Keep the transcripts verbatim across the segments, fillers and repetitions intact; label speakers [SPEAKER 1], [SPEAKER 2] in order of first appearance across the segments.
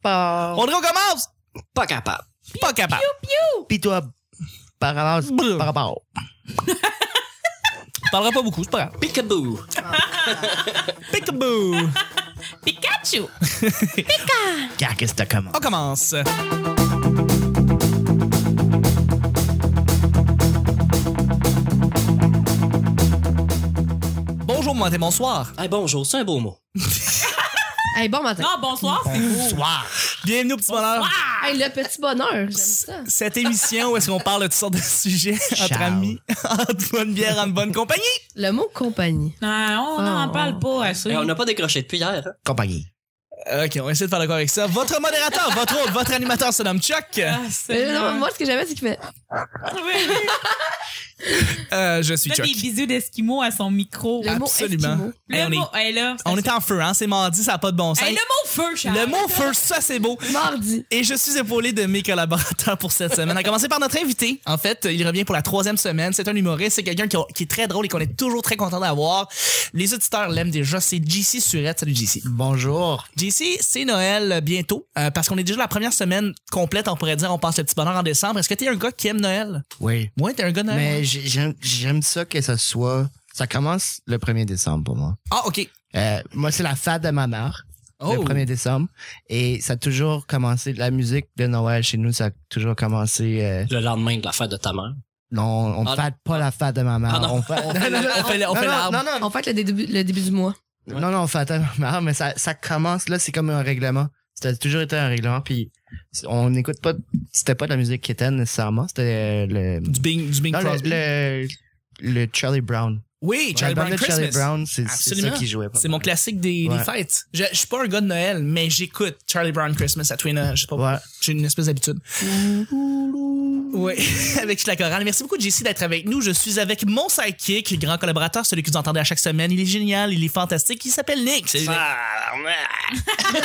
[SPEAKER 1] capable.
[SPEAKER 2] Audrey, on commence!
[SPEAKER 3] Pas capable.
[SPEAKER 2] Pas capable.
[SPEAKER 1] Pis toi, par avance,
[SPEAKER 2] Brr.
[SPEAKER 1] par rapport.
[SPEAKER 2] On parlera pas beaucoup, c'est pas grave.
[SPEAKER 3] Peekaboo.
[SPEAKER 2] Peekaboo!
[SPEAKER 4] Pikachu!
[SPEAKER 1] Car qu'est-ce que t'as commencé?
[SPEAKER 2] On commence. Bonjour, bon matin, bonsoir.
[SPEAKER 3] Hey, bonjour, c'est un beau mot.
[SPEAKER 5] Hey, bon matin.
[SPEAKER 4] Non, bonsoir, c'est beau.
[SPEAKER 1] Bonsoir.
[SPEAKER 2] Bienvenue au Petit Bonheur.
[SPEAKER 5] Hey, le petit bonheur, j'aime ça.
[SPEAKER 2] Cette émission où est-ce qu'on parle de toutes sortes de sujets entre
[SPEAKER 1] Ciao.
[SPEAKER 2] amis, entre bonne bière, en bonne compagnie.
[SPEAKER 5] Le mot compagnie.
[SPEAKER 4] Non, on n'en
[SPEAKER 5] Oh.
[SPEAKER 4] parle pas assez.
[SPEAKER 3] Hey, on n'a pas décroché depuis hier. Hein?
[SPEAKER 1] Compagnie.
[SPEAKER 2] OK, on va essayer de faire le quoi avec ça. Votre modérateur, votre hôte, votre animateur se nomme Chuck.
[SPEAKER 4] Ah,
[SPEAKER 5] Mais
[SPEAKER 4] Seigneur.
[SPEAKER 5] non, moi, ce que j'aimais, c'est qu'il fait.
[SPEAKER 2] Euh, je suis
[SPEAKER 4] Fais
[SPEAKER 2] Chuck.
[SPEAKER 4] des bisous d'Esquimau à son micro.
[SPEAKER 5] Le mot
[SPEAKER 2] Absolument.
[SPEAKER 5] Esquimau.
[SPEAKER 4] Le
[SPEAKER 2] Hey, on
[SPEAKER 4] mot,
[SPEAKER 2] est-
[SPEAKER 4] hey, là,
[SPEAKER 2] On
[SPEAKER 4] c'est
[SPEAKER 2] est en feu, hein? C'est mardi, ça n'a pas de bon sens.
[SPEAKER 4] Hey, le mot feu, Charles.
[SPEAKER 2] Le mot feu, ça c'est beau.
[SPEAKER 5] Mardi.
[SPEAKER 2] Et je suis épaulé de mes collaborateurs pour cette semaine. À commencer par notre invité. En fait, il revient pour la troisième semaine. C'est un humoriste. C'est quelqu'un qui, a- qui est très drôle et qu'on est toujours très content d'avoir. Les auditeurs l'aiment déjà. C'est J C Surette. Salut J C.
[SPEAKER 1] Bonjour.
[SPEAKER 2] J C, c'est Noël bientôt. euh, parce qu'on est déjà la première semaine complète. On pourrait dire on passe le petit bonheur en décembre. Est-ce que t'es un gars qui aime Noël?
[SPEAKER 1] Oui.
[SPEAKER 2] Ouais, t'es un gars de Noël.
[SPEAKER 1] Mais j'ai- j'aime j'aime ça que ça soit... Ça commence le premier décembre pour moi.
[SPEAKER 2] Ah, OK.
[SPEAKER 1] Euh, moi, c'est la fête de ma mère.
[SPEAKER 2] Oh.
[SPEAKER 1] Le premier décembre. Et ça a toujours commencé... La musique de Noël chez nous, ça a toujours commencé... euh,
[SPEAKER 3] Le lendemain de la fête de ta mère.
[SPEAKER 1] non, on ne
[SPEAKER 3] Ah,
[SPEAKER 1] fête pas la fête de ma mère.
[SPEAKER 3] Ah, non.
[SPEAKER 1] on fait,
[SPEAKER 2] On fait le- on fait le- on
[SPEAKER 1] non,
[SPEAKER 2] fait
[SPEAKER 1] non,
[SPEAKER 2] l'arbre.
[SPEAKER 1] non, non,
[SPEAKER 5] On fête le début, le début du mois.
[SPEAKER 1] Non, non, on fait attends, mais, mais ça, ça commence, là, c'est comme un règlement. C'était toujours été un règlement, puis on n'écoute pas, c'était pas de la musique qui était nécessairement, c'était euh, le,
[SPEAKER 2] Du Bing, du Bing
[SPEAKER 1] non, le,
[SPEAKER 2] Crosby.
[SPEAKER 1] le, le Charlie Brown.
[SPEAKER 2] Oui, Charlie
[SPEAKER 1] L'album
[SPEAKER 2] Brown
[SPEAKER 1] de
[SPEAKER 2] Christmas.
[SPEAKER 1] Charlie Brown, c'est c'est
[SPEAKER 2] Absolument.
[SPEAKER 1] ça qui jouait. pas
[SPEAKER 2] C'est mon
[SPEAKER 1] mal.
[SPEAKER 2] classique des,
[SPEAKER 1] Ouais.
[SPEAKER 2] des fêtes. Je, je suis pas un gars de Noël, mais j'écoute Charlie Brown Christmas à tous les Noëls. Je sais pas pourquoi.
[SPEAKER 1] Ouais.
[SPEAKER 2] J'ai une espèce d'habitude. Oui, avec la chorale. Merci beaucoup, J C, d'être avec nous. Je suis avec mon sidekick, grand collaborateur, celui que vous entendez à chaque semaine. Il est génial, il est fantastique. Il s'appelle Nick. Salut, Nick.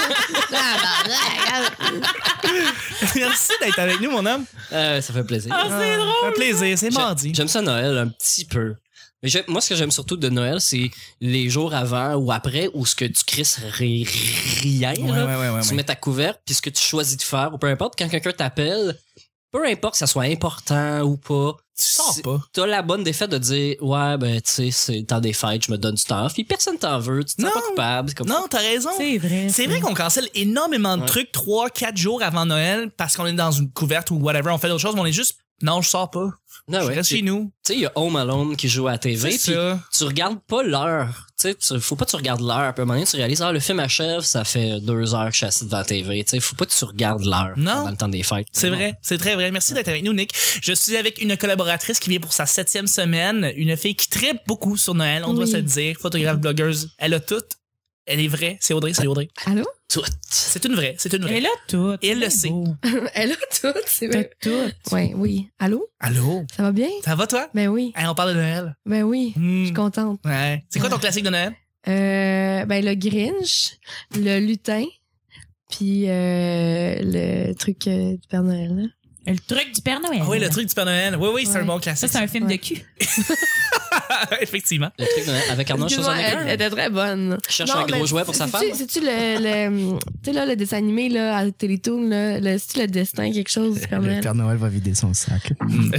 [SPEAKER 2] Merci d'être avec nous, mon homme.
[SPEAKER 3] Euh, ça fait plaisir.
[SPEAKER 4] Ah, c'est drôle.
[SPEAKER 2] Un plaisir, c'est
[SPEAKER 3] J'ai-
[SPEAKER 2] mardi.
[SPEAKER 3] J'aime ça Noël un petit peu. Mais j'ai- moi, ce que j'aime surtout de Noël, c'est les jours avant ou après où ce que tu crisses ri- rien,
[SPEAKER 2] Ouais,
[SPEAKER 3] là.
[SPEAKER 2] ouais, ouais, ouais,
[SPEAKER 3] tu
[SPEAKER 2] ouais.
[SPEAKER 3] mets ta couverte, puis ce que tu choisis de faire, ou peu importe, quand quelqu'un t'appelle, peu importe que ça soit important ou pas,
[SPEAKER 2] Tu sors
[SPEAKER 3] c'est-
[SPEAKER 2] pas.
[SPEAKER 3] t'as la bonne défaite de dire, ouais, ben, tu sais, c'est le temps des fêtes, je me donne du temps, puis personne t'en veut, tu te sens
[SPEAKER 2] Non.
[SPEAKER 3] pas coupable, c'est comme
[SPEAKER 2] Non, t'as raison.
[SPEAKER 4] C'est vrai.
[SPEAKER 2] C'est vrai qu'on cancelle énormément de
[SPEAKER 3] Ouais.
[SPEAKER 2] trucs trois, quatre jours avant Noël parce qu'on est dans une couverte ou whatever, on fait d'autres choses, mais on est juste, non, je sors pas.
[SPEAKER 3] ça.
[SPEAKER 2] Je
[SPEAKER 3] ouais,
[SPEAKER 2] reste
[SPEAKER 3] tu
[SPEAKER 2] chez nous.
[SPEAKER 3] sais, il y a Home Alone qui joue à la T V,
[SPEAKER 2] C'est
[SPEAKER 3] puis
[SPEAKER 2] ça.
[SPEAKER 3] tu regardes pas l'heure. Tu sais, tu- faut pas que tu regardes l'heure. Puis à un moment donné, tu réalises, ah, le film achève, ça fait deux heures que je suis assis devant la T V. Tu sais, faut pas que tu regardes l'heure
[SPEAKER 2] Non.
[SPEAKER 3] pendant le temps des fêtes.
[SPEAKER 2] C'est vrai, c'est très vrai. Merci d'être avec nous, Nick. Je suis avec une collaboratrice qui vient pour sa septième semaine, une fille qui tripe beaucoup sur Noël, on doit
[SPEAKER 5] Oui.
[SPEAKER 2] se le dire, photographe, blogueuse, elle a tout. Elle est vraie, c'est Audrey, salut Audrey.
[SPEAKER 5] Allô?
[SPEAKER 3] Tout.
[SPEAKER 2] C'est une vraie, c'est une vraie.
[SPEAKER 4] Elle a tout.
[SPEAKER 2] Et elle le
[SPEAKER 4] C'est
[SPEAKER 2] sait.
[SPEAKER 4] beau.
[SPEAKER 5] Elle a tout, c'est
[SPEAKER 4] T'as
[SPEAKER 5] vrai.
[SPEAKER 4] tout.
[SPEAKER 5] Ouais, oui. Allô?
[SPEAKER 2] Allô?
[SPEAKER 5] Ça va bien?
[SPEAKER 2] Ça va toi?
[SPEAKER 5] Ben oui.
[SPEAKER 2] Hey, on parle de Noël.
[SPEAKER 5] Ben oui.
[SPEAKER 2] Hmm.
[SPEAKER 5] Je suis contente.
[SPEAKER 2] Ouais. C'est quoi ton classique de Noël?
[SPEAKER 5] Euh, ben le Grinch, le lutin, puis euh, le truc euh, du Père Noël. Là.
[SPEAKER 4] Le truc du Père Noël.
[SPEAKER 2] Ah oui, le truc du Père Noël. Oui, oui, c'est
[SPEAKER 5] Ouais.
[SPEAKER 2] un bon
[SPEAKER 4] Ça,
[SPEAKER 2] classique.
[SPEAKER 4] c'est un film
[SPEAKER 5] Ouais.
[SPEAKER 4] de cul.
[SPEAKER 2] Effectivement.
[SPEAKER 3] Le truc de- avec Arnold
[SPEAKER 5] Excuse-moi, elle,
[SPEAKER 3] Schwarzenegger.
[SPEAKER 5] elle était très bonne.
[SPEAKER 3] Qui cherche
[SPEAKER 5] Non,
[SPEAKER 3] un gros
[SPEAKER 5] mais
[SPEAKER 3] jouet pour sa
[SPEAKER 5] c'est-tu-
[SPEAKER 3] femme.
[SPEAKER 5] C'est-tu le, le tu sais là, le dessin animé là, à Télétoon, là, le, c'est-tu le destin, quelque chose du Père
[SPEAKER 1] Le
[SPEAKER 5] Noël?
[SPEAKER 1] Père Noël va vider son sac.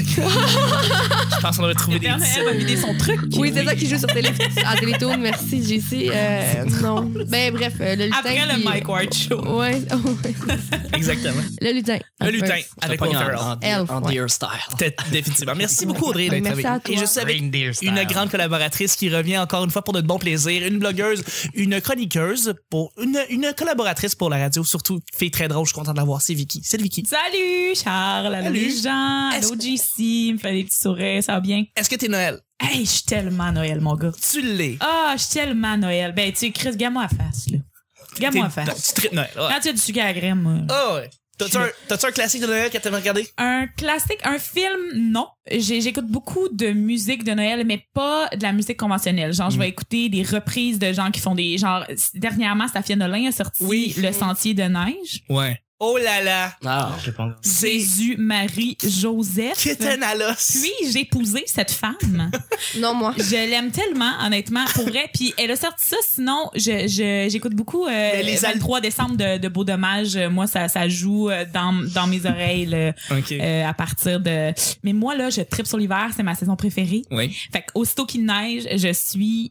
[SPEAKER 2] Je pense qu'on aurait trouvé
[SPEAKER 4] Le
[SPEAKER 2] des
[SPEAKER 4] Père Noël va
[SPEAKER 2] titres.
[SPEAKER 4] vider son truc.
[SPEAKER 5] Oui, c'est ça qui joue sur télé, à Télétoon, merci J C. Euh, non. Ben bref, euh, le lutin.
[SPEAKER 4] Après le
[SPEAKER 5] puis-
[SPEAKER 4] Mike Ward Show.
[SPEAKER 5] Ouais, ouais.
[SPEAKER 2] Exactement.
[SPEAKER 5] Le lutin.
[SPEAKER 2] Le lutin
[SPEAKER 3] Ça
[SPEAKER 2] avec
[SPEAKER 3] pogne
[SPEAKER 2] Will
[SPEAKER 3] en,
[SPEAKER 2] Ferrell.
[SPEAKER 3] en,
[SPEAKER 5] Elf,
[SPEAKER 3] en
[SPEAKER 5] ouais.
[SPEAKER 3] deer style.
[SPEAKER 2] Peut-être, définitivement. Merci beaucoup, Audrey, d'être
[SPEAKER 5] Merci
[SPEAKER 2] avec
[SPEAKER 5] à
[SPEAKER 2] nous.
[SPEAKER 5] toi.
[SPEAKER 2] Et je suis avec
[SPEAKER 1] Reindeer style.
[SPEAKER 2] une grande collaboratrice qui revient encore une fois pour notre bon plaisir, une blogueuse, une chroniqueuse, pour une, une collaboratrice pour la radio, surtout fille très drôle, je suis content de la voir, c'est Vicky. C'est Vicky.
[SPEAKER 4] Salut, Charles. Allô,
[SPEAKER 2] Salut.
[SPEAKER 4] les gens.
[SPEAKER 2] Est-ce
[SPEAKER 4] Allô, J C. Il me fait des petits sourires. Ça va bien?
[SPEAKER 2] Est-ce que t'es Noël?
[SPEAKER 4] Hey, je suis tellement Noël, mon gars.
[SPEAKER 2] Tu l'es.
[SPEAKER 4] Ah, je suis tellement Noël. Ben, tu sais, Chris, gamme-moi à face, là. Gamme-moi à
[SPEAKER 2] T'es-
[SPEAKER 4] face.
[SPEAKER 2] Tu traites Noël. Ouais.
[SPEAKER 4] Quand tu as du sucre à la crème, moi.
[SPEAKER 2] Ah ouais. T'as-tu un, t'as-tu un classique de Noël que t'aimes regarder?
[SPEAKER 4] Un classique, un film, non. J'ai- J'écoute beaucoup de musique de Noël, mais pas de la musique conventionnelle. Genre, je vais écouter des reprises de gens qui font des... Genre, dernièrement, Safia Nolin a sorti
[SPEAKER 2] Oui.
[SPEAKER 4] Le Sentier de neige.
[SPEAKER 2] Ouais. Oh là là.
[SPEAKER 3] Ah.
[SPEAKER 1] Je l'ai pas encore.
[SPEAKER 2] C'est
[SPEAKER 4] Jésus-Marie-Joseph.
[SPEAKER 2] Kitten à l'os.
[SPEAKER 4] Puis-je épouser cette femme?
[SPEAKER 5] Non, moi.
[SPEAKER 4] Je l'aime tellement, honnêtement, pour vrai. Puis elle a sorti ça, sinon, je, je, j'écoute beaucoup euh,
[SPEAKER 2] les
[SPEAKER 4] le vingt-trois décembre de, de Beau Dommage. Moi, ça, ça joue euh, dans, dans mes oreilles là,
[SPEAKER 2] OK.
[SPEAKER 4] euh, à partir de... Mais moi, là, je tripe sur l'hiver. C'est ma saison préférée.
[SPEAKER 2] Oui.
[SPEAKER 4] Fait qu'aussitôt qu'il neige, je suis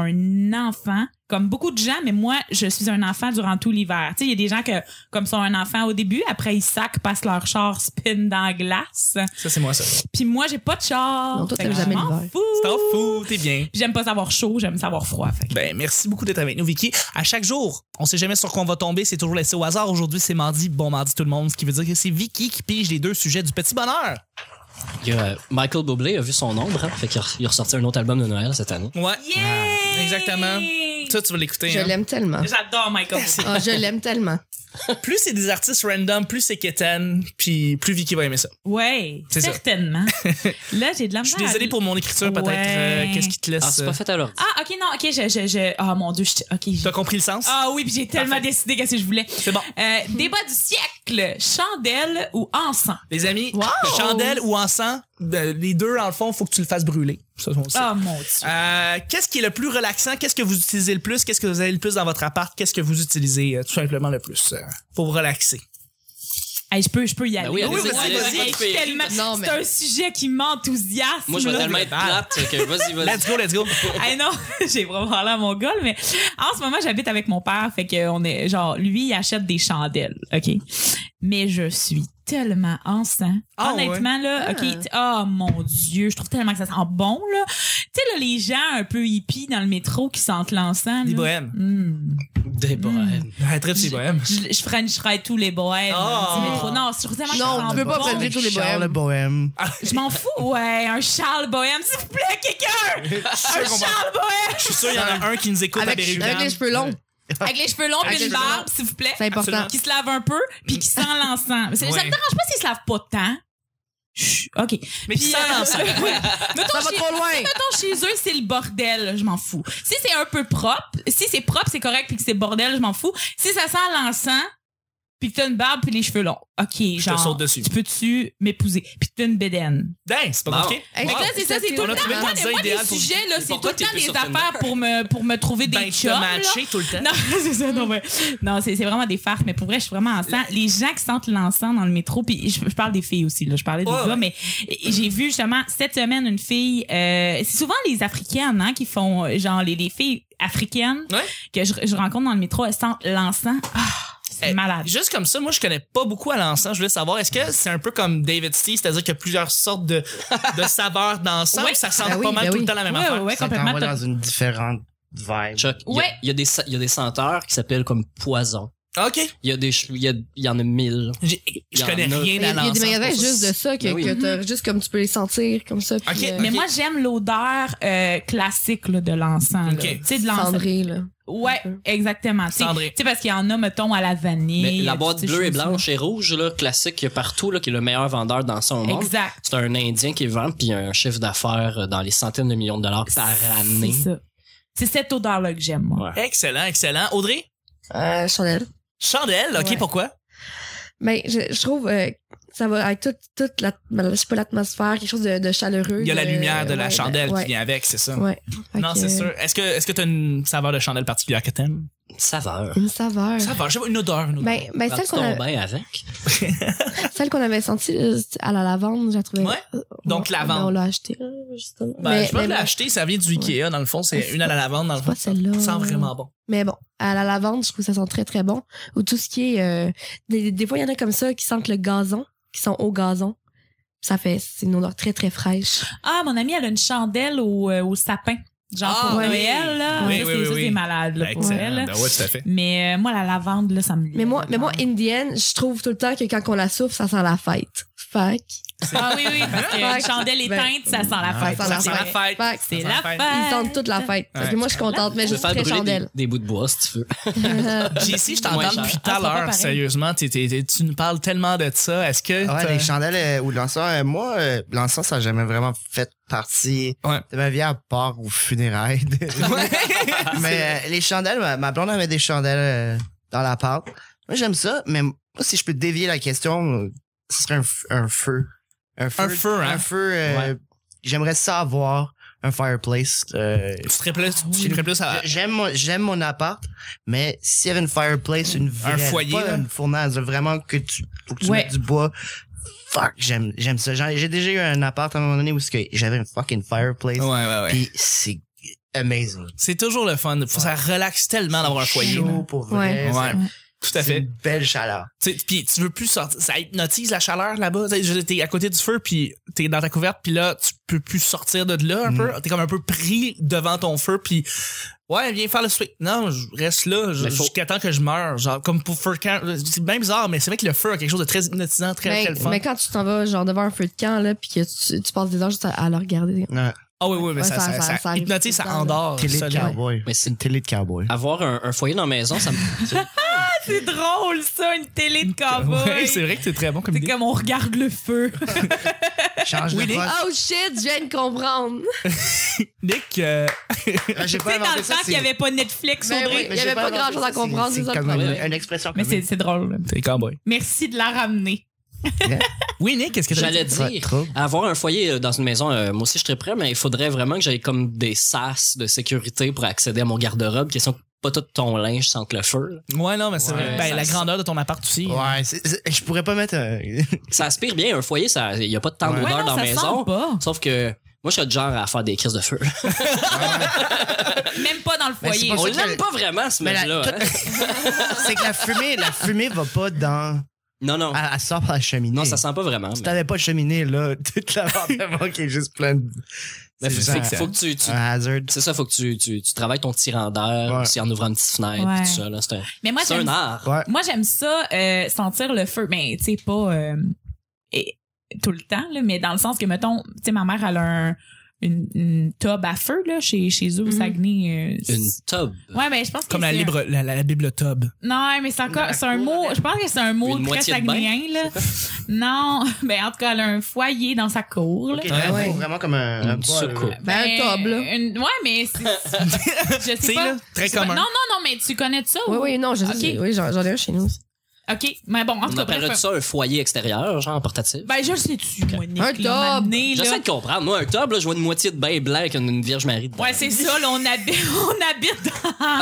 [SPEAKER 4] un enfant. Comme beaucoup de gens, mais moi, je suis un enfant durant tout l'hiver. Tu sais, il y a des gens que, comme sont un enfant au début, après ils sacent, passent leur char, spin dans la glace.
[SPEAKER 2] Ça, c'est moi, ça.
[SPEAKER 4] Puis moi, j'ai pas de char.
[SPEAKER 5] Non, toi,
[SPEAKER 4] Fait
[SPEAKER 5] t'aimes
[SPEAKER 4] que
[SPEAKER 5] jamais
[SPEAKER 4] je m'en
[SPEAKER 5] l'hiver.
[SPEAKER 4] fous.
[SPEAKER 2] C'est en fou, t'es bien.
[SPEAKER 4] Puis j'aime pas savoir chaud, j'aime savoir froid. Fait que-
[SPEAKER 2] Ben, merci beaucoup d'être avec nous, Vicky. À chaque jour, on sait jamais sur quoi on va tomber, c'est toujours laissé au hasard. Aujourd'hui, c'est mardi. Bon mardi tout le monde, ce qui veut dire que c'est Vicky qui pige les deux sujets du petit bonheur.
[SPEAKER 3] Il y a, euh, Michael Bublé a vu son ombre, hein, fait qu'il a, il a ressorti un autre album de Noël cette année.
[SPEAKER 2] Ouais.
[SPEAKER 4] Yeah!
[SPEAKER 2] Exactement. Ça, tu vas l'écouter.
[SPEAKER 5] Je
[SPEAKER 2] hein.
[SPEAKER 5] l'aime tellement.
[SPEAKER 4] J'adore Michael.
[SPEAKER 5] Ah, je l'aime tellement.
[SPEAKER 2] Plus c'est des artistes random, plus c'est Keten, puis plus Vicky va aimer ça.
[SPEAKER 4] Ouais,
[SPEAKER 2] C'est ça.
[SPEAKER 4] certainement. Là, j'ai de la
[SPEAKER 2] Je suis
[SPEAKER 4] misère.
[SPEAKER 2] désolé pour mon écriture, peut-être.
[SPEAKER 4] Ouais.
[SPEAKER 2] euh, Qu'est-ce qui te laisse...
[SPEAKER 3] Ah, c'est
[SPEAKER 2] euh,
[SPEAKER 3] pas fait à l'ordi.
[SPEAKER 4] Ah, ok, non, ok, je, je, je, oh mon dieu, je, ok. je-
[SPEAKER 2] T'as compris le sens?
[SPEAKER 4] Ah oui, puis j'ai tellement
[SPEAKER 2] Parfait.
[SPEAKER 4] décidé qu'est-ce que je voulais.
[SPEAKER 2] C'est bon.
[SPEAKER 4] Euh, débat du siècle, chandelle ou encens?
[SPEAKER 2] Les amis,
[SPEAKER 5] Wow!
[SPEAKER 2] chandelle ou encens, euh, les deux, en le fond, faut que tu le fasses brûler. Ça, on le sait.
[SPEAKER 4] Oh mon dieu.
[SPEAKER 2] Euh, qu'est-ce qui est le plus relaxant? Qu'est-ce que vous utilisez le plus? Qu'est-ce que vous avez le plus dans votre appart? Qu'est-ce que vous utilisez euh, tout simplement le plus euh, pour vous relaxer?
[SPEAKER 4] Hey, je peux, je peux y aller.
[SPEAKER 3] Ben oui, allez-y,
[SPEAKER 2] vas-y,
[SPEAKER 3] allez-y,
[SPEAKER 2] vas-y,
[SPEAKER 3] pas de
[SPEAKER 4] Hey,
[SPEAKER 3] pire.
[SPEAKER 4] tellement-
[SPEAKER 5] Non, mais-
[SPEAKER 4] C'est un sujet qui m'enthousiasme.
[SPEAKER 3] Moi, je vais
[SPEAKER 4] là.
[SPEAKER 3] tellement être plate que vas-y, vas-y.
[SPEAKER 2] Let's go, let's go.
[SPEAKER 4] Hey, non, j'ai vraiment l'air mon gars, mais en ce moment, j'habite avec mon père, fait que on est, genre, lui, il achète des chandelles, OK? Mais je suis tellement encens.
[SPEAKER 2] Ah,
[SPEAKER 4] Honnêtement, là, OK, t- oh mon Dieu, je trouve tellement que ça sent bon, là. Tu sais, là, les gens un peu hippies dans le métro qui sentent l'encens.
[SPEAKER 2] Des
[SPEAKER 4] là.
[SPEAKER 2] bohèmes.
[SPEAKER 4] Mm.
[SPEAKER 3] Des bohèmes.
[SPEAKER 2] Arrêtez de ces bohèmes.
[SPEAKER 4] Je, je frencherais tous les bohèmes
[SPEAKER 2] Oh.
[SPEAKER 4] du métro. Non, je trouve tellement que ça
[SPEAKER 5] Non,
[SPEAKER 4] sent
[SPEAKER 5] tu peux pas
[SPEAKER 4] bon.
[SPEAKER 5] frencher tous les
[SPEAKER 1] Charles
[SPEAKER 5] bohèmes.
[SPEAKER 1] Bohème.
[SPEAKER 4] Je m'en fous, ouais, un Charles Bohème, s'il vous plaît, quelqu'un! Un
[SPEAKER 2] sûr qu'on va-
[SPEAKER 4] Charles Bohème!
[SPEAKER 2] Je suis sûr qu'il y en a un qui nous écoute à
[SPEAKER 5] Avec,
[SPEAKER 2] Berry.
[SPEAKER 5] avec les cheveux longs.
[SPEAKER 4] Avec les cheveux longs
[SPEAKER 5] Avec
[SPEAKER 4] puis une
[SPEAKER 5] les cheveux
[SPEAKER 4] barbe, s'il vous plaît.
[SPEAKER 5] C'est important.
[SPEAKER 2] Absolument.
[SPEAKER 4] Qui se lave un peu, puis qui sent l'encens. C'est- Ça
[SPEAKER 2] Ouais.
[SPEAKER 4] me dérange pas s'il se lave pas tant. Chut, OK.
[SPEAKER 2] Mais qui
[SPEAKER 4] Puis,
[SPEAKER 2] sent
[SPEAKER 4] euh,
[SPEAKER 2] l'encens. Ouais.
[SPEAKER 4] Mettons
[SPEAKER 5] Ça va
[SPEAKER 4] chez-
[SPEAKER 5] trop loin.
[SPEAKER 4] Mettons chez eux, c'est le bordel, je m'en fous. Si c'est un peu propre, si c'est propre, c'est correct, puis que c'est bordel, je m'en fous. Si ça sent l'encens, puis que t'as une barbe puis les cheveux longs, OK, genre,
[SPEAKER 2] saute dessus.
[SPEAKER 4] tu peux-tu m'épouser? Puis que t'as une bédaine.
[SPEAKER 2] Dang, c'est pas
[SPEAKER 3] Bon.
[SPEAKER 2] compliqué.
[SPEAKER 5] Hey,
[SPEAKER 4] Fait que là, c'est ça, c'est tout
[SPEAKER 2] On a
[SPEAKER 4] le temps.
[SPEAKER 2] trouvé le
[SPEAKER 4] Moi,
[SPEAKER 2] candidat
[SPEAKER 4] moi,
[SPEAKER 2] idéal
[SPEAKER 4] les
[SPEAKER 2] pour-
[SPEAKER 4] sujets, là, c'est tout
[SPEAKER 3] Pourquoi
[SPEAKER 4] le
[SPEAKER 3] t'es
[SPEAKER 4] temps
[SPEAKER 3] plus
[SPEAKER 4] des
[SPEAKER 3] sur Tinder?
[SPEAKER 4] affaires pour me, pour me trouver des
[SPEAKER 2] Ben, te
[SPEAKER 4] chums. là.
[SPEAKER 2] matcher tout le temps.
[SPEAKER 4] Non, c'est ça, non, mais, non, c'est, c'est vraiment des farces, mais pour vrai, je suis vraiment encens. Les gens qui sentent l'encens dans le métro, puis je, je parle des filles aussi, là, je parlais des
[SPEAKER 2] Ouais,
[SPEAKER 4] gars,
[SPEAKER 2] ouais.
[SPEAKER 4] mais j'ai vu justement cette semaine une fille, euh, c'est souvent les Africaines, hein, qui font, euh, genre, les, les filles africaines
[SPEAKER 2] Ouais.
[SPEAKER 4] que je, je rencontre dans le métro, elles sentent l'encens. Ah, c'est
[SPEAKER 2] Eh,
[SPEAKER 4] malade.
[SPEAKER 2] Juste comme ça, moi, je connais pas beaucoup à l'encens. Je voulais savoir, est-ce que c'est un peu comme David Steve, c'est-à-dire qu'il y a plusieurs sortes de, de saveurs d'encens,
[SPEAKER 4] Ouais.
[SPEAKER 2] ou ça sent
[SPEAKER 5] Ben
[SPEAKER 2] pas
[SPEAKER 5] oui,
[SPEAKER 2] mal
[SPEAKER 5] ben
[SPEAKER 2] tout
[SPEAKER 5] oui.
[SPEAKER 2] le temps la même
[SPEAKER 4] Ouais,
[SPEAKER 2] affaire?
[SPEAKER 4] ouais, ouais,
[SPEAKER 1] Ça
[SPEAKER 4] complètement.
[SPEAKER 1] t'envoie
[SPEAKER 4] T'as-
[SPEAKER 1] dans une différente vibe.
[SPEAKER 3] Chuck, il y a-
[SPEAKER 4] Ouais.
[SPEAKER 3] il y, a des sa- il y a des senteurs qui s'appellent comme poison.
[SPEAKER 2] OK.
[SPEAKER 3] Il y a des ch- il y, a- il y en a mille.
[SPEAKER 2] J'ai-
[SPEAKER 3] Il
[SPEAKER 2] Je
[SPEAKER 3] y
[SPEAKER 2] connais
[SPEAKER 3] en a.
[SPEAKER 2] rien
[SPEAKER 5] Il y a,
[SPEAKER 2] à
[SPEAKER 5] il y a
[SPEAKER 2] l'encens.
[SPEAKER 5] des magasins
[SPEAKER 2] pour ça.
[SPEAKER 5] juste de ça que,
[SPEAKER 3] Ben oui.
[SPEAKER 5] que t'as juste comme tu peux les sentir comme ça. Puis,
[SPEAKER 2] Ok,
[SPEAKER 5] euh,
[SPEAKER 4] Mais
[SPEAKER 2] Ok.
[SPEAKER 4] moi, j'aime l'odeur euh, classique là, de l'encens. là.
[SPEAKER 2] Ok.
[SPEAKER 4] Tu sais, de l'encens.
[SPEAKER 5] cendré, là.
[SPEAKER 4] Ouais,
[SPEAKER 5] Un peu.
[SPEAKER 4] exactement. Tu sais
[SPEAKER 2] Cendré.
[SPEAKER 4] tu sais, parce qu'il y en a, mettons, à la vanille.
[SPEAKER 3] Mais la
[SPEAKER 4] toutes
[SPEAKER 3] boîte
[SPEAKER 4] ces
[SPEAKER 3] bleue et
[SPEAKER 4] choses-là.
[SPEAKER 3] blanche et rouge, là, classique, qu'il y a partout, là, qui est le meilleur vendeur dans son monde.
[SPEAKER 4] Exact.
[SPEAKER 3] C'est un Indien qui vend, puis il a un chiffre d'affaires dans les centaines de millions de dollars par année.
[SPEAKER 4] C'est ça. C'est cette odeur-là que j'aime, moi.
[SPEAKER 3] Ouais.
[SPEAKER 2] Excellent, excellent. Audrey?
[SPEAKER 5] Euh, Chanel.
[SPEAKER 2] Chandelle, OK,
[SPEAKER 5] Ouais.
[SPEAKER 2] pourquoi?
[SPEAKER 5] Ben, je, je trouve euh, ça va avec toute, toute la, ben, je sais pas, l'atmosphère, quelque chose de, de chaleureux.
[SPEAKER 2] Il y a la
[SPEAKER 5] de-
[SPEAKER 2] lumière de la
[SPEAKER 5] ouais,
[SPEAKER 2] chandelle
[SPEAKER 5] ouais.
[SPEAKER 2] qui vient avec, c'est ça?
[SPEAKER 5] Ouais. Fait
[SPEAKER 2] Non,
[SPEAKER 5] que,
[SPEAKER 2] c'est
[SPEAKER 5] euh,
[SPEAKER 2] sûr. Est-ce que est-ce que t'as une saveur de chandelle particulière que t'aimes?
[SPEAKER 3] Saveur.
[SPEAKER 5] Une saveur.
[SPEAKER 2] Saveur, je sais pas, une odeur, une odeur.
[SPEAKER 5] Ben, ben
[SPEAKER 3] Quand
[SPEAKER 5] celle
[SPEAKER 3] tu
[SPEAKER 5] qu'on
[SPEAKER 3] tombes
[SPEAKER 5] a-
[SPEAKER 3] bien avec.
[SPEAKER 5] celle qu'on avait sentie euh, à la lavande, je la trouvais.
[SPEAKER 2] Ouais. Donc,
[SPEAKER 5] Ouais,
[SPEAKER 2] lavande.
[SPEAKER 5] ben, on l'a acheté, là, justement.
[SPEAKER 2] Ben,
[SPEAKER 5] mais,
[SPEAKER 2] je vais
[SPEAKER 5] mais,
[SPEAKER 2] l'ai acheté, ça vient du Ikea, dans le fond, c'est
[SPEAKER 5] Ouais,
[SPEAKER 2] une à la lavande, dans le
[SPEAKER 5] c'est
[SPEAKER 2] fond.
[SPEAKER 5] pas celle-là.
[SPEAKER 2] Ça sent vraiment bon.
[SPEAKER 5] mais bon, à la lavande, je trouve que ça sent très, très bon. Ou tout ce qui est... euh, des, des fois, il y en a comme ça qui sentent le gazon, qui sont au gazon. Ça fait... C'est une odeur très, très fraîche.
[SPEAKER 4] Ah, mon amie, elle a une chandelle au, euh, au sapin. Genre
[SPEAKER 2] Ah,
[SPEAKER 4] pour
[SPEAKER 2] oui.
[SPEAKER 4] Noël, là.
[SPEAKER 2] Oui,
[SPEAKER 4] ça,
[SPEAKER 2] oui,
[SPEAKER 4] c'est,
[SPEAKER 2] oui,
[SPEAKER 4] ça,
[SPEAKER 2] oui.
[SPEAKER 4] c'est malade, là, pour elle.
[SPEAKER 2] Excellent. Ben ouais, tout à fait.
[SPEAKER 4] Mais euh, moi, la lavande, là, ça me...
[SPEAKER 5] Mais moi, mais moi, indienne, je trouve tout le temps que quand on la souffle, ça sent la fête. Fait que-
[SPEAKER 4] Ah oui, oui, parce que
[SPEAKER 5] Fait
[SPEAKER 4] une
[SPEAKER 5] que-
[SPEAKER 4] chandelle éteinte, ça sent la
[SPEAKER 1] Ah,
[SPEAKER 4] fête.
[SPEAKER 5] ça sent la
[SPEAKER 4] c'est
[SPEAKER 2] Ça sent
[SPEAKER 4] vrai.
[SPEAKER 2] la fête.
[SPEAKER 5] Fait que
[SPEAKER 4] C'est
[SPEAKER 2] Ça
[SPEAKER 4] la
[SPEAKER 2] sent la
[SPEAKER 4] fête.
[SPEAKER 5] Ils sentent toute la fête. Fait que
[SPEAKER 2] Ouais.
[SPEAKER 5] moi, je suis contente, mais
[SPEAKER 3] Je vais
[SPEAKER 5] juste
[SPEAKER 3] faire
[SPEAKER 5] très
[SPEAKER 3] brûler des,
[SPEAKER 5] chandelle.
[SPEAKER 3] des bouts de bois, si tu veux.
[SPEAKER 2] J C, je
[SPEAKER 3] Ouais,
[SPEAKER 2] t'entends
[SPEAKER 3] cher.
[SPEAKER 2] depuis tout
[SPEAKER 4] Ah,
[SPEAKER 2] à
[SPEAKER 4] c'est pas
[SPEAKER 2] l'heure,
[SPEAKER 4] pareil.
[SPEAKER 2] sérieusement. t'es- t'es- t'es- tu nous parles tellement de ça. Est-ce que.
[SPEAKER 1] Ouais,
[SPEAKER 2] t'as-
[SPEAKER 1] les chandelles euh, ou l'encens, euh, moi, euh, l'encens, ça n'a jamais vraiment fait partie
[SPEAKER 2] Ouais.
[SPEAKER 1] de ma vie à part aux funérailles. Mais euh, les chandelles, ma, ma blonde avait des chandelles euh, dans l'appart. Moi, j'aime ça, mais moi, si je peux dévier la question, ce serait un, f- un feu. Un feu,
[SPEAKER 2] Un feu, hein?
[SPEAKER 1] Un feu, euh,
[SPEAKER 3] Ouais.
[SPEAKER 1] j'aimerais ça avoir un fireplace. Euh,
[SPEAKER 2] Tu serais plus, tu serais plus à,
[SPEAKER 1] J'aime mon, j'aime mon appart, mais s'il y avait une fireplace, une vraie,
[SPEAKER 2] Un foyer,
[SPEAKER 1] pas
[SPEAKER 2] là.
[SPEAKER 1] une fournaise, vraiment que tu, faut que tu
[SPEAKER 4] Ouais.
[SPEAKER 1] mettes du bois. Fuck, j'aime, j'aime ça. J'en- J'ai déjà eu un appart à un moment donné où c'est que j'avais une fucking fireplace.
[SPEAKER 2] ouais, ouais, ouais.
[SPEAKER 1] Pis c'est amazing.
[SPEAKER 2] C'est toujours le fun. Faut, ça relaxe tellement d'avoir un foyer.
[SPEAKER 1] Chaud
[SPEAKER 2] là.
[SPEAKER 1] pour vrai.
[SPEAKER 2] Ouais.
[SPEAKER 1] c'est-
[SPEAKER 2] Tout à
[SPEAKER 1] C'est
[SPEAKER 2] fait.
[SPEAKER 1] une belle chaleur.
[SPEAKER 2] Tu sais, puis tu veux plus sortir, ça hypnotise la chaleur là-bas. Tu sais, je- T'es à côté du feu, puis t'es dans ta couverte, puis là tu peux plus sortir de là un
[SPEAKER 1] Mm.
[SPEAKER 2] peu. T'es comme un peu pris devant ton feu, puis ouais, viens faire le souper. Non, je reste là je-
[SPEAKER 3] Mais faut-
[SPEAKER 2] jusqu'à temps que je meure. Genre comme pour feu camp, c'est bien bizarre, mais c'est vrai que le feu a quelque chose de très hypnotisant, très
[SPEAKER 5] Mais,
[SPEAKER 2] très le fun.
[SPEAKER 5] mais quand tu t'en vas genre devant un feu de camp là puis que tu, tu passes des heures juste à, à le regarder.
[SPEAKER 1] Ouais.
[SPEAKER 2] Ah oui, oui, mais
[SPEAKER 5] Ouais,
[SPEAKER 2] ça,
[SPEAKER 5] ça-
[SPEAKER 2] ça,
[SPEAKER 5] ça-
[SPEAKER 2] ça,
[SPEAKER 5] ça arrive
[SPEAKER 2] hypnotise,
[SPEAKER 5] tout
[SPEAKER 2] ça
[SPEAKER 5] le temps,
[SPEAKER 2] endort.
[SPEAKER 1] Télé de
[SPEAKER 2] solide.
[SPEAKER 1] cowboy.
[SPEAKER 3] Mais c'est-
[SPEAKER 1] C'est une télé de cowboy.
[SPEAKER 3] Avoir un, un foyer dans la maison, ça me.
[SPEAKER 4] C'est drôle, ça, une télé de cowboy.
[SPEAKER 2] Ouais, c'est vrai que c'est très bon comme
[SPEAKER 4] C'est
[SPEAKER 2] idée.
[SPEAKER 4] comme on regarde le feu.
[SPEAKER 1] Change
[SPEAKER 2] Oui,
[SPEAKER 1] de
[SPEAKER 2] les-
[SPEAKER 1] poste.
[SPEAKER 5] Oh shit, je viens de comprendre.
[SPEAKER 2] Nick, euh,
[SPEAKER 1] Ah, j'ai
[SPEAKER 4] Tu
[SPEAKER 1] pas
[SPEAKER 4] sais, dans
[SPEAKER 1] inventé
[SPEAKER 4] le
[SPEAKER 1] ça,
[SPEAKER 4] temps qu'il
[SPEAKER 1] c'est-
[SPEAKER 4] n'y avait pas Netflix,
[SPEAKER 5] Ben
[SPEAKER 4] Audrey.
[SPEAKER 5] oui. Il y avait pas
[SPEAKER 1] inventé
[SPEAKER 5] grand-chose à
[SPEAKER 1] ça,
[SPEAKER 5] comprendre,
[SPEAKER 1] c'est
[SPEAKER 5] c'est ça le
[SPEAKER 1] comme une,
[SPEAKER 3] problème.
[SPEAKER 1] une expression
[SPEAKER 4] Mais
[SPEAKER 1] commune.
[SPEAKER 4] c'est c'est drôle.
[SPEAKER 2] t'es cowboy.
[SPEAKER 4] Merci de la ramener.
[SPEAKER 2] Oui, Nick, qu'est-ce que t'as
[SPEAKER 3] J'allais
[SPEAKER 2] dit?
[SPEAKER 1] Pas de
[SPEAKER 3] dire,
[SPEAKER 1] trouble.
[SPEAKER 3] avoir un foyer euh, dans une maison, euh, moi aussi je serais prêt, mais il faudrait vraiment que j'aille comme des sas de sécurité pour accéder à mon garde-robe, question que pas tout ton linge sente le feu. là.
[SPEAKER 2] Ouais, non, mais c'est
[SPEAKER 1] Ouais,
[SPEAKER 2] vrai. Ben,
[SPEAKER 3] ça-
[SPEAKER 2] la grandeur de ton appart aussi.
[SPEAKER 1] Ouais, c'est- c'est- je pourrais pas mettre un...
[SPEAKER 3] Ça aspire bien un foyer, ça, il y a pas de temps
[SPEAKER 1] Ouais.
[SPEAKER 3] d'odeur
[SPEAKER 4] Ouais, non,
[SPEAKER 3] dans la
[SPEAKER 4] ça
[SPEAKER 3] maison.
[SPEAKER 4] sent pas.
[SPEAKER 3] Sauf que moi je serais du genre à faire des crises de feu.
[SPEAKER 4] Même pas dans le
[SPEAKER 1] Mais c'est
[SPEAKER 4] foyer.
[SPEAKER 1] pour
[SPEAKER 3] On
[SPEAKER 1] ça que-
[SPEAKER 3] l'aime pas vraiment ce
[SPEAKER 1] Mais la-
[SPEAKER 3] mec-là.
[SPEAKER 1] tout-
[SPEAKER 3] hein.
[SPEAKER 1] c'est que la fumée, la fumée va pas dans...
[SPEAKER 3] Non, non.
[SPEAKER 1] Elle, elle sort par la cheminée.
[SPEAKER 3] Non, ça sent pas vraiment.
[SPEAKER 1] Si
[SPEAKER 3] mais-
[SPEAKER 1] t'avais pas de cheminée, là, toute l'appartement qui est juste plein de...
[SPEAKER 3] Mais
[SPEAKER 1] c'est
[SPEAKER 3] faut,
[SPEAKER 1] juste
[SPEAKER 3] faut-
[SPEAKER 1] un-
[SPEAKER 3] faut que tu, tu-
[SPEAKER 1] un hazard.
[SPEAKER 3] c'est ça, faut que tu, tu, tu travailles ton tirant d'air
[SPEAKER 1] Ouais.
[SPEAKER 3] aussi en ouvrant une petite fenêtre
[SPEAKER 4] Ouais.
[SPEAKER 3] et tout ça. Là. C'est un,
[SPEAKER 4] Mais moi,
[SPEAKER 3] c'est
[SPEAKER 4] j'aime
[SPEAKER 3] un art.
[SPEAKER 1] Ouais.
[SPEAKER 4] Moi, j'aime ça, euh, sentir le feu. Mais, tu sais, pas euh, et, tout le temps, là, mais dans le sens que, mettons, tu sais, ma mère, elle a un, une, une tub à feu, là, chez, chez eux au
[SPEAKER 5] Mhm.
[SPEAKER 4] Saguenay. euh,
[SPEAKER 3] Une tub.
[SPEAKER 4] Ouais, ben, je pense que
[SPEAKER 2] Comme la,
[SPEAKER 4] c'est un-
[SPEAKER 2] libre, la, la, la Bible Tub.
[SPEAKER 4] Non, mais c'est encore,
[SPEAKER 1] Dans la
[SPEAKER 4] c'est un
[SPEAKER 1] cour,
[SPEAKER 4] mot,
[SPEAKER 1] avec-
[SPEAKER 4] je pense que c'est un mot
[SPEAKER 3] Une
[SPEAKER 4] très
[SPEAKER 3] moitié de bain?
[SPEAKER 4] sagnéen, là. Non, ben, en tout cas, elle a un foyer dans sa cour, là.
[SPEAKER 1] Ok,
[SPEAKER 2] Ouais.
[SPEAKER 1] vraiment, vraiment comme un... un
[SPEAKER 3] Une
[SPEAKER 1] bol,
[SPEAKER 3] soucoupe.
[SPEAKER 1] là.
[SPEAKER 5] Ben, un tub, là.
[SPEAKER 4] une- ouais, mais c'est, je sais
[SPEAKER 2] T'sais,
[SPEAKER 4] pas.
[SPEAKER 2] là, très
[SPEAKER 4] Je sais pas.
[SPEAKER 2] commun.
[SPEAKER 4] Non, non, non, mais tu connais ça?
[SPEAKER 5] Oui,
[SPEAKER 4] ou-
[SPEAKER 5] oui, non, je
[SPEAKER 4] Ok.
[SPEAKER 5] sais. Oui, j'en j'en ai un chez nous aussi.
[SPEAKER 4] OK, mais bon, en tout
[SPEAKER 3] On
[SPEAKER 4] cas,
[SPEAKER 3] appellerait
[SPEAKER 4] bref.
[SPEAKER 3] ça un foyer extérieur, genre portatif.
[SPEAKER 4] Ben, je le sais-tu, moi, Nick,
[SPEAKER 5] Un
[SPEAKER 4] là,
[SPEAKER 5] tub.
[SPEAKER 4] m'amener, là.
[SPEAKER 3] J'essaie de comprendre. Moi, un tub, là, je vois une moitié de bain blanc avec une, une Vierge Marie dedans.
[SPEAKER 4] Ouais, c'est ça, là, on habite, on habite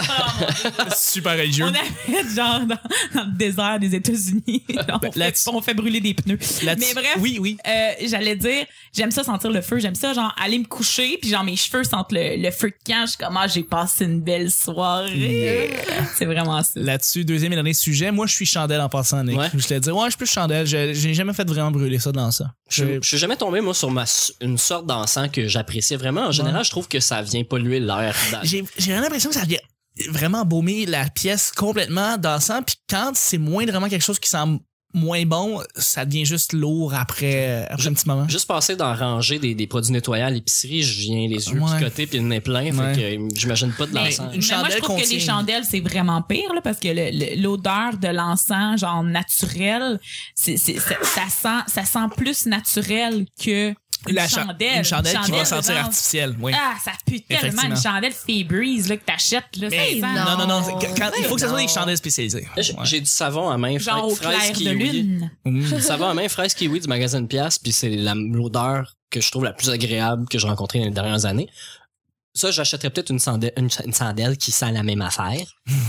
[SPEAKER 4] dans,
[SPEAKER 2] Super religieux.
[SPEAKER 4] on habite genre dans, dans le désert des États-Unis. on,
[SPEAKER 2] Ben,
[SPEAKER 4] fait,
[SPEAKER 2] là-dessus-
[SPEAKER 4] on fait brûler des pneus.
[SPEAKER 2] Là-dessus-
[SPEAKER 4] Mais bref,
[SPEAKER 2] Oui, oui.
[SPEAKER 4] euh, j'allais dire, j'aime ça sentir le feu, j'aime ça genre aller me coucher puis genre mes cheveux sentent le, le feu de camp, je suis comme ah, j'ai passé une belle soirée. C'est vraiment ça.
[SPEAKER 2] Là-dessus, deuxième et dernier sujet. Moi, je suis chandelle en passant, Nick.
[SPEAKER 3] Ouais.
[SPEAKER 2] Je te dire, ouais, je suis plus chandelle. Je, j'ai jamais fait vraiment brûler ça dans ça.
[SPEAKER 3] Je, je suis jamais tombé, moi, sur ma, une sorte d'encens que j'appréciais vraiment. En général, je trouve que ça vient polluer l'air. dans-
[SPEAKER 2] J'ai, j'ai vraiment l'impression que ça vient vraiment baumer la pièce complètement dansant. Puis quand c'est moindrement quelque chose qui sent moins bon, ça devient juste lourd après, après un petit moment.
[SPEAKER 3] Juste passer dans ranger des, des produits nettoyants à l'épicerie, je viens les yeux
[SPEAKER 2] Ouais.
[SPEAKER 3] picotés puis le nez plein.
[SPEAKER 2] Ouais.
[SPEAKER 3] Fait que euh, j'imagine pas de
[SPEAKER 4] Mais,
[SPEAKER 3] l'encens.
[SPEAKER 2] une
[SPEAKER 4] mais moi, je
[SPEAKER 2] chandelle
[SPEAKER 4] trouve que les
[SPEAKER 2] contient-
[SPEAKER 4] chandelles, c'est vraiment pire, là, parce que le- le- l'odeur de l'encens, genre naturel, c'est, c'est, ça, ça sent, ça sent plus naturel que une
[SPEAKER 2] La cha-
[SPEAKER 4] chandelle.
[SPEAKER 2] Une chandelle qui va sentir
[SPEAKER 4] genre-
[SPEAKER 2] artificielle, oui.
[SPEAKER 4] Ah, ça pue tellement
[SPEAKER 2] Effectivement.
[SPEAKER 4] une chandelle Febreze, là, que t'achètes, là,
[SPEAKER 2] Mais
[SPEAKER 4] ça sent.
[SPEAKER 2] non, non, non. c'est- Quand, il faut que ça soit
[SPEAKER 5] non.
[SPEAKER 2] des chandelles spécialisées.
[SPEAKER 3] J'ai
[SPEAKER 2] Ouais.
[SPEAKER 3] j'ai du savon à main,
[SPEAKER 4] Genre au
[SPEAKER 3] fra- fraise
[SPEAKER 4] clair de
[SPEAKER 3] kiwi.
[SPEAKER 4] lune.
[SPEAKER 2] Mmh.
[SPEAKER 3] Du savon à main, fraise kiwi du magasin de pièces, puis c'est la- l'odeur que je trouve la plus agréable que j'ai rencontrée dans les dernières années. Ça, j'achèterais peut-être une sandelle, une, une sandelle qui sent la même affaire.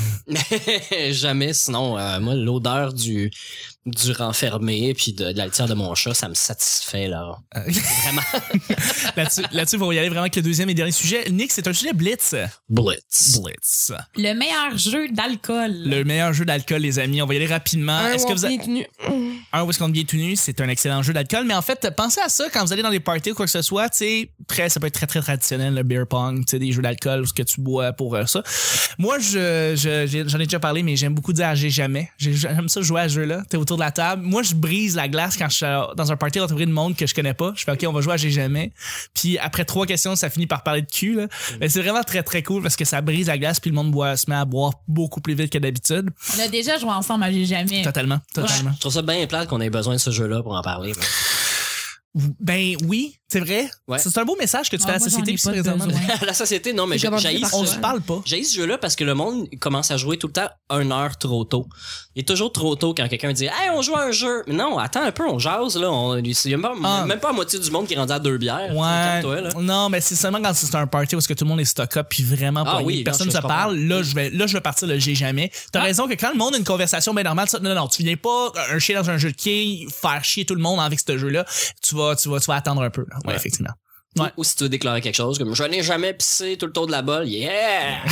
[SPEAKER 3] Mais jamais, sinon, euh, moi, l'odeur du, du renfermé puis de, de la litière de mon chat, ça me satisfait, là.
[SPEAKER 2] Euh,
[SPEAKER 3] Vraiment.
[SPEAKER 2] Là-dessus, là-dessus, on va y aller vraiment avec le deuxième et dernier sujet. Nick, c'est un sujet Blitz.
[SPEAKER 3] Blitz.
[SPEAKER 2] Blitz.
[SPEAKER 4] Le meilleur jeu d'alcool.
[SPEAKER 2] Le meilleur jeu d'alcool, les amis. On va y aller rapidement.
[SPEAKER 5] Un
[SPEAKER 2] Est-ce que
[SPEAKER 5] où
[SPEAKER 2] vous
[SPEAKER 5] on
[SPEAKER 2] avez...
[SPEAKER 5] est tenu.
[SPEAKER 2] Un Whisk on Bien tout nu, c'est un excellent jeu d'alcool, mais en fait, pensez à ça quand vous allez dans des parties ou quoi que ce soit, tu sais, très, ça peut être très, très traditionnel, le beer pong, tu sais, des jeux d'alcool, ce que tu bois pour euh, ça. Moi, je, je, j'ai- j'en ai déjà parlé, mais j'aime beaucoup dire j'ai jamais. J'ai- J'aime ça jouer à ce jeu-là. T'es autour de la table. Moi, je brise la glace quand je suis dans un party entouré de monde que je connais pas. Je fais, OK, on va jouer à j'ai jamais. Puis après trois questions, ça finit par parler de cul, là. Mais c'est vraiment très, très cool parce que ça brise la glace puis le monde boit, se met à boire beaucoup plus vite que d'habitude.
[SPEAKER 4] On a déjà joué ensemble à J'ai jamais.
[SPEAKER 2] Totalement, totalement.
[SPEAKER 3] Je trouve ça bien plate qu'on ait besoin de ce jeu-là pour en parler. mais-
[SPEAKER 2] Ben oui, c'est vrai.
[SPEAKER 3] Ouais.
[SPEAKER 2] C'est un beau message que tu
[SPEAKER 4] Ah,
[SPEAKER 2] fais à la
[SPEAKER 4] moi, j'en
[SPEAKER 2] société
[SPEAKER 4] ai
[SPEAKER 2] ici
[SPEAKER 4] pas
[SPEAKER 2] présentement.
[SPEAKER 4] besoin.
[SPEAKER 3] la société, non, mais
[SPEAKER 5] C'est
[SPEAKER 3] j'ai
[SPEAKER 5] comment
[SPEAKER 3] j'haïs
[SPEAKER 5] dire,
[SPEAKER 2] On
[SPEAKER 3] ce-
[SPEAKER 2] se parle pas.
[SPEAKER 3] J'ai ce jeu-là parce que le monde commence à jouer tout le temps une heure trop tôt. Il est toujours trop tôt quand quelqu'un dit « Hey, on joue à un jeu! » Mais non, attends un peu, on jase, là. On, il y a même,
[SPEAKER 2] Ah.
[SPEAKER 3] même pas la moitié du monde qui est rendu à deux bières.
[SPEAKER 2] Ouais.
[SPEAKER 3] Calme-toi, là.
[SPEAKER 2] Non, mais c'est seulement quand c'est un party où est-ce que tout le monde est stock up puis vraiment
[SPEAKER 3] Ah
[SPEAKER 2] pas
[SPEAKER 3] oui,
[SPEAKER 2] personne
[SPEAKER 3] non,
[SPEAKER 2] ne
[SPEAKER 3] je
[SPEAKER 2] se
[SPEAKER 3] comprends.
[SPEAKER 2] parle. Là, je vais, là, je vais partir le j'ai jamais. T'as
[SPEAKER 3] Ah.
[SPEAKER 2] raison que quand le monde a une conversation bien normale, ça, non, non, non, tu viens pas un chien dans un jeu de quilles, faire chier tout le monde avec ce jeu-là. Tu vas, tu vas, tu vas attendre un peu, là. Ouais,
[SPEAKER 3] Ouais.
[SPEAKER 2] effectivement.
[SPEAKER 3] Ou-
[SPEAKER 2] Ouais.
[SPEAKER 3] Ou si tu veux déclarer quelque chose, comme « Je n'ai jamais pissé tout le tour de la balle. » Yeah!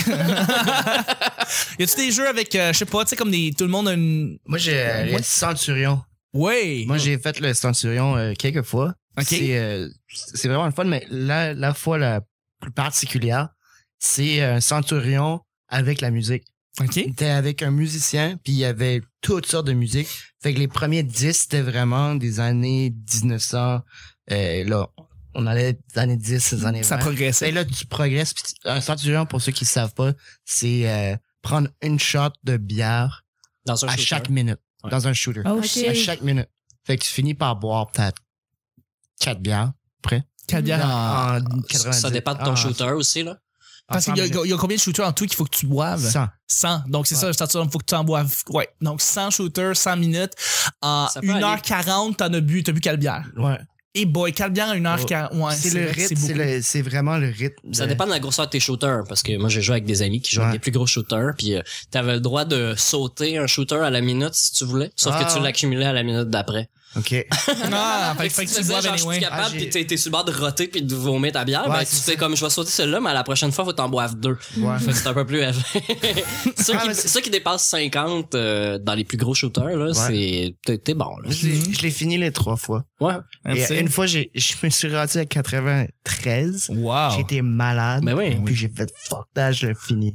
[SPEAKER 2] Y a-tu des jeux avec, euh, je sais pas, tu sais, comme des, tout le monde a une,
[SPEAKER 1] Moi, j'ai euh,
[SPEAKER 2] Ouais.
[SPEAKER 1] le Centurion.
[SPEAKER 2] ouais.
[SPEAKER 1] Moi, j'ai fait le Centurion euh, quelques fois.
[SPEAKER 2] Ok.
[SPEAKER 1] C'est euh, c'est vraiment le fun, mais la, la fois la plus particulière, c'est un Centurion avec la musique.
[SPEAKER 2] OK.
[SPEAKER 1] T'es avec un musicien, puis il y avait toutes sortes de musique. Fait que les premiers dix, c'était vraiment des années dix-neuf cents. Euh, là, on allait des années dix, des années vingt.
[SPEAKER 2] Ça progressait.
[SPEAKER 1] Et là, tu progresses. Puis un Centurion, pour ceux qui ne savent pas, c'est euh, prendre une shot de bière
[SPEAKER 3] Dans un
[SPEAKER 1] à
[SPEAKER 3] shooter.
[SPEAKER 1] chaque minute.
[SPEAKER 3] Ouais.
[SPEAKER 1] Dans un shooter.
[SPEAKER 4] Oh
[SPEAKER 5] Ok.
[SPEAKER 4] shit.
[SPEAKER 1] À chaque minute. Fait que tu finis par boire peut-être quatre bières. Prêt?
[SPEAKER 2] Quatre bières en-
[SPEAKER 1] En
[SPEAKER 3] Ça
[SPEAKER 1] quatre-vingt-dix.
[SPEAKER 3] ça dépend de ton
[SPEAKER 1] Ah,
[SPEAKER 3] shooter aussi, là.
[SPEAKER 2] Parce qu'il y, a- il y a combien de shooters en tout qu'il faut que tu boives?
[SPEAKER 1] cent.
[SPEAKER 2] cent. Donc, c'est
[SPEAKER 1] Ouais.
[SPEAKER 2] ça, il faut que tu en boives. Ouais. Donc, cent shooters, cent minutes. En
[SPEAKER 3] Ça peut
[SPEAKER 2] une heure
[SPEAKER 3] aller.
[SPEAKER 2] quarante, t'en as bu, t'as bu quelle bière?
[SPEAKER 1] Ouais.
[SPEAKER 2] Et boy, quelle bière à une heure
[SPEAKER 1] Ouais.
[SPEAKER 2] quarante? Ouais,
[SPEAKER 1] c'est le
[SPEAKER 2] vrai que
[SPEAKER 1] rythme,
[SPEAKER 2] c'est
[SPEAKER 1] c'est
[SPEAKER 2] beaucoup.
[SPEAKER 1] le- c'est vraiment le rythme.
[SPEAKER 3] Ça
[SPEAKER 1] de-
[SPEAKER 3] dépend de la grosseur de tes shooters, parce que moi j'ai joué avec des amis qui jouent avec
[SPEAKER 1] Ouais.
[SPEAKER 3] des plus gros shooters, puis euh, t'avais le droit de sauter un shooter à la minute si tu voulais, sauf
[SPEAKER 1] Ah,
[SPEAKER 3] que tu
[SPEAKER 1] ouais.
[SPEAKER 3] l'accumulais à la minute d'après.
[SPEAKER 1] OK.
[SPEAKER 2] Ah, fait, que- fait que tu
[SPEAKER 3] faisais
[SPEAKER 2] bois
[SPEAKER 3] genre, je suis
[SPEAKER 2] anyway.
[SPEAKER 3] capable,
[SPEAKER 1] Ah, j'ai-
[SPEAKER 3] puis t'es, t'es sur le bord de roter puis de vomir ta bière,
[SPEAKER 1] Ouais,
[SPEAKER 3] ben tu
[SPEAKER 1] c'est
[SPEAKER 3] fais
[SPEAKER 1] ça.
[SPEAKER 3] comme je vais sauter celle-là, mais à la prochaine fois faut t'en boire deux.
[SPEAKER 1] Ouais.
[SPEAKER 3] Fait que c'est un peu plus élevé. ceux,
[SPEAKER 1] Ah,
[SPEAKER 3] qui,
[SPEAKER 1] mais c'est-
[SPEAKER 3] ceux qui dépassent cinquante euh, dans les plus gros shooters, là, c'est t'es, t'es bon. Là.
[SPEAKER 1] Je l'ai- je l'ai fini les trois fois.
[SPEAKER 3] Ouais.
[SPEAKER 1] Et
[SPEAKER 2] Merci.
[SPEAKER 1] une fois, j'ai, je me suis rendu à quatre-vingt-treize.
[SPEAKER 2] Wow.
[SPEAKER 1] J'étais malade.
[SPEAKER 3] Ben oui.
[SPEAKER 1] Puis j'ai fait fuck that, je l'ai fini.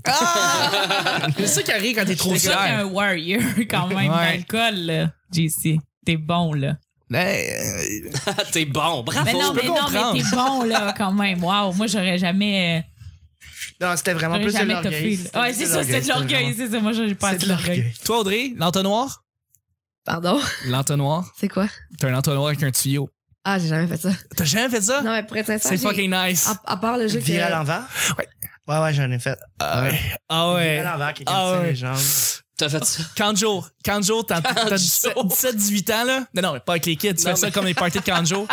[SPEAKER 2] Ah! C'est ça qui arrive quand t'es trop
[SPEAKER 4] C'est ça
[SPEAKER 2] fier.
[SPEAKER 4] un warrior quand même
[SPEAKER 2] Ouais.
[SPEAKER 4] d'alcool, là, J C. T'es bon, là.
[SPEAKER 2] Ben, euh,
[SPEAKER 3] T'es bon, bravo.
[SPEAKER 4] Mais non,
[SPEAKER 2] je peux
[SPEAKER 4] mais non, mais
[SPEAKER 2] comprendre.
[SPEAKER 4] t'es bon, là, quand même. Wow, moi, j'aurais jamais,
[SPEAKER 1] Non, c'était vraiment
[SPEAKER 4] j'aurais
[SPEAKER 1] plus de
[SPEAKER 4] jamais
[SPEAKER 1] l'orgueil.
[SPEAKER 4] toffé, là. Ouais, c'est ça, c'est de l'orgueil, c'est ça. Moi, j'ai pas
[SPEAKER 1] C'est
[SPEAKER 4] assez
[SPEAKER 1] de
[SPEAKER 4] d'orgueil.
[SPEAKER 1] l'orgueil.
[SPEAKER 2] toi, Audrey, l'entonnoir?
[SPEAKER 5] Pardon?
[SPEAKER 2] L'entonnoir?
[SPEAKER 5] C'est quoi?
[SPEAKER 2] T'as un entonnoir avec un tuyau.
[SPEAKER 5] Ah, j'ai jamais fait ça.
[SPEAKER 2] T'as jamais fait ça?
[SPEAKER 5] Non, mais pour être sincère,
[SPEAKER 2] C'est
[SPEAKER 5] j'ai-
[SPEAKER 2] fucking nice.
[SPEAKER 5] à, à part le jeu que...
[SPEAKER 1] Virer à l'envers?
[SPEAKER 2] Ouais.
[SPEAKER 1] Ouais, ouais, j'en ai fait.
[SPEAKER 2] Ah ouais. Ah
[SPEAKER 1] Virer
[SPEAKER 2] ouais.
[SPEAKER 1] à l'envers, quelqu'un
[SPEAKER 2] Ah
[SPEAKER 1] tient
[SPEAKER 2] ouais.
[SPEAKER 1] les jambes.
[SPEAKER 3] T'as fait ça.
[SPEAKER 2] Kanjo. Kanjo, t'as t'as dix-sept dix-huit ans, là. Non, non, pas avec les kids. Tu
[SPEAKER 3] Non,
[SPEAKER 2] fais ça
[SPEAKER 3] mais-
[SPEAKER 2] comme les parties de Kanjo.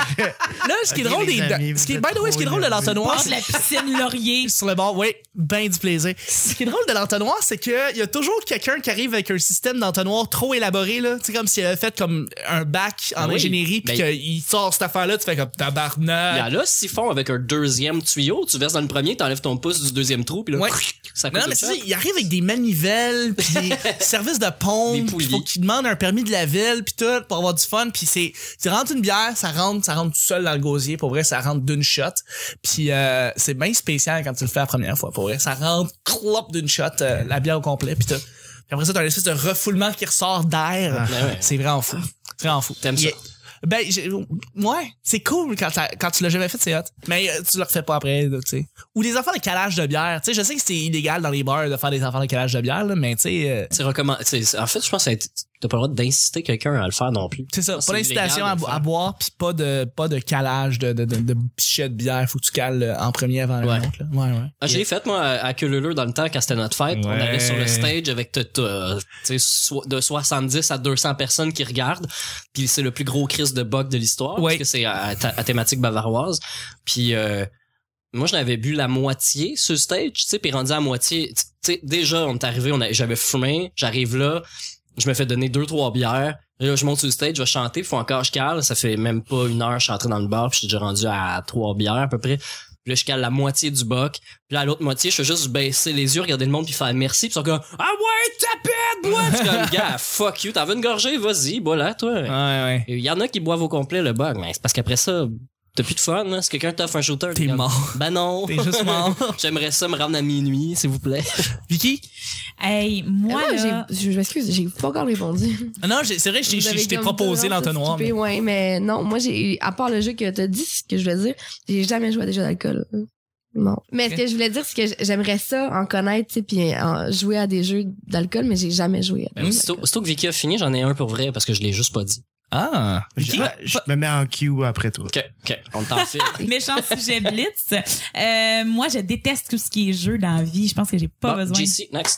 [SPEAKER 2] Là, ce qui est
[SPEAKER 1] Ok,
[SPEAKER 2] drôle
[SPEAKER 1] les
[SPEAKER 2] des,
[SPEAKER 1] amis,
[SPEAKER 2] ce qui est,
[SPEAKER 1] vous
[SPEAKER 2] by
[SPEAKER 1] êtes
[SPEAKER 2] the way, ce qui est
[SPEAKER 1] trop
[SPEAKER 2] drôle de
[SPEAKER 1] nerveux.
[SPEAKER 2] l'entonnoir,
[SPEAKER 4] Passe la piscine Laurier.
[SPEAKER 2] sur le bord, oui, ben du plaisir. Ce qui est drôle de l'entonnoir, c'est qu'il y a toujours quelqu'un qui arrive avec un système d'entonnoir trop élaboré, là. Tu sais, comme s'il avait fait comme un bac en
[SPEAKER 3] Ah oui.
[SPEAKER 2] ingénierie, puis
[SPEAKER 3] Ben-
[SPEAKER 2] qu'il sort cette affaire-là, tu fais comme
[SPEAKER 3] Il y
[SPEAKER 2] tabarnak.
[SPEAKER 3] en a siphon avec un deuxième tuyau, tu verses dans le premier, t'enlèves ton pouce du deuxième trou, puis là,
[SPEAKER 2] Ouais.
[SPEAKER 3] ça
[SPEAKER 2] Non,
[SPEAKER 3] coûte
[SPEAKER 2] mais
[SPEAKER 3] une
[SPEAKER 2] c'est
[SPEAKER 3] shot.
[SPEAKER 2] ça, il arrive avec des manivelles, puis des services de
[SPEAKER 3] Des
[SPEAKER 2] pompe,
[SPEAKER 3] poulies.
[SPEAKER 2] il faut qu'il demande un permis de la ville, puis tout, pour avoir du fun, puis c'est, tu rentres une bière, ça rentre, ça rentre tout seul dans le gosier, pour vrai, ça rentre d'une shot, puis euh, c'est bien spécial quand tu le fais la première fois, pour vrai, ça rentre clop d'une shot, euh, la bière au complet, puis tout. Puis après ça, t'as une espèce de refoulement qui ressort d'air,
[SPEAKER 3] Ben ouais.
[SPEAKER 2] c'est vraiment fou, c'est vraiment fou.
[SPEAKER 3] T'aimes ça?
[SPEAKER 2] Yeah. Ben, j'ai- ouais, c'est cool quand, t'as- quand tu l'as jamais fait, c'est hot. Mais euh, tu le refais pas après, là, tu sais. Ou des affaires de calage de bière. Tu sais, je sais que c'est illégal dans les bars de faire des affaires de calage de bière, là, mais tu sais, euh,
[SPEAKER 3] C'est recommandé. c'est- En fait, je pense que ça- t'as pas le droit d'inciter quelqu'un à le faire non plus.
[SPEAKER 2] c'est ça.
[SPEAKER 3] C'est
[SPEAKER 2] Pas d'incitation à,
[SPEAKER 3] illégal de
[SPEAKER 2] bo-
[SPEAKER 3] le
[SPEAKER 2] à
[SPEAKER 3] faire.
[SPEAKER 2] boire, puis pas de pas de calage de de de, de pichet de bière. Faut que tu cales euh, en premier avant
[SPEAKER 3] Ouais.
[SPEAKER 2] l'autre. Là. Ouais, ouais.
[SPEAKER 3] Ah, je l'ai fait, moi, à à Queuleleu dans le temps, quand c'était notre fête. On
[SPEAKER 2] Ouais.
[SPEAKER 3] allait sur le stage avec t- t- euh, tu sais, so- de soixante-dix à deux cents personnes qui regardent. Puis c'est le plus gros crise de bug de l'histoire.
[SPEAKER 2] Ouais.
[SPEAKER 3] Parce que c'est à, à- à thématique bavaroise. Puis euh, moi, je n'avais bu la moitié sur le stage, tu sais, puis rendu à moitié. Tu sais, déjà, on est arrivé, on a, j'avais fumé. J'arrive là, je me fais donner deux, trois bières. Là, je monte sur le stage, je vais chanter, faut encore que je cale. Ça fait même pas une heure, je suis entré dans le bar, puis je suis déjà rendu à trois bières à peu près. Puis là, je cale la moitié du boc. Puis là, à l'autre moitié, je fais juste baisser les yeux, regarder le monde, puis faire merci. Puis ils sont comme « Ah ouais, tapette, bois! » Je suis comme « Gars, fuck you, t'en veux une gorgée? Vas-y, bois là, toi.
[SPEAKER 2] Ouais, ouais.
[SPEAKER 3] Il y en a qui boivent au complet le bug, mais c'est parce qu'après ça, t'as plus de fun. Hein? Si quelqu'un t'offre un shooter,
[SPEAKER 2] T'es
[SPEAKER 3] comme,
[SPEAKER 2] mort.
[SPEAKER 3] Ben non.
[SPEAKER 2] T'es juste mort.
[SPEAKER 3] J'aimerais ça me rendre à minuit, s'il vous plaît.
[SPEAKER 2] Vicky?
[SPEAKER 4] Hey, moi,
[SPEAKER 5] Moi,
[SPEAKER 4] là,
[SPEAKER 5] j'ai, je m'excuse, j'ai pas encore répondu.
[SPEAKER 2] Ah non, j'ai- c'est vrai, je t'ai-
[SPEAKER 5] Vous
[SPEAKER 2] je
[SPEAKER 5] avez
[SPEAKER 2] t'ai
[SPEAKER 5] comme
[SPEAKER 2] proposé
[SPEAKER 5] deux ans de
[SPEAKER 2] l'entonnoir.
[SPEAKER 5] skipper,
[SPEAKER 2] mais-
[SPEAKER 5] Ouais, mais non, moi, j'ai, à part le jeu que t'as dit, ce que je veux dire, j'ai jamais joué à des jeux d'alcool. Non. Mais ce que je voulais dire, c'est que j'aimerais ça en connaître, tu sais, puis en jouer à des jeux d'alcool, mais j'ai jamais joué. À
[SPEAKER 3] Ben, aussitôt, aussitôt que Vicky a fini, j'en ai un pour vrai, parce que je l'ai juste pas dit.
[SPEAKER 2] Ah.
[SPEAKER 1] Je,
[SPEAKER 2] Ok.
[SPEAKER 1] je me mets en queue après toi.
[SPEAKER 3] OK, OK, on t'en file.
[SPEAKER 4] Méchant sujet blitz. Euh, moi, je déteste tout ce qui est jeu dans la vie. Je pense que j'ai pas
[SPEAKER 3] Bon,
[SPEAKER 4] besoin.
[SPEAKER 3] J C, next.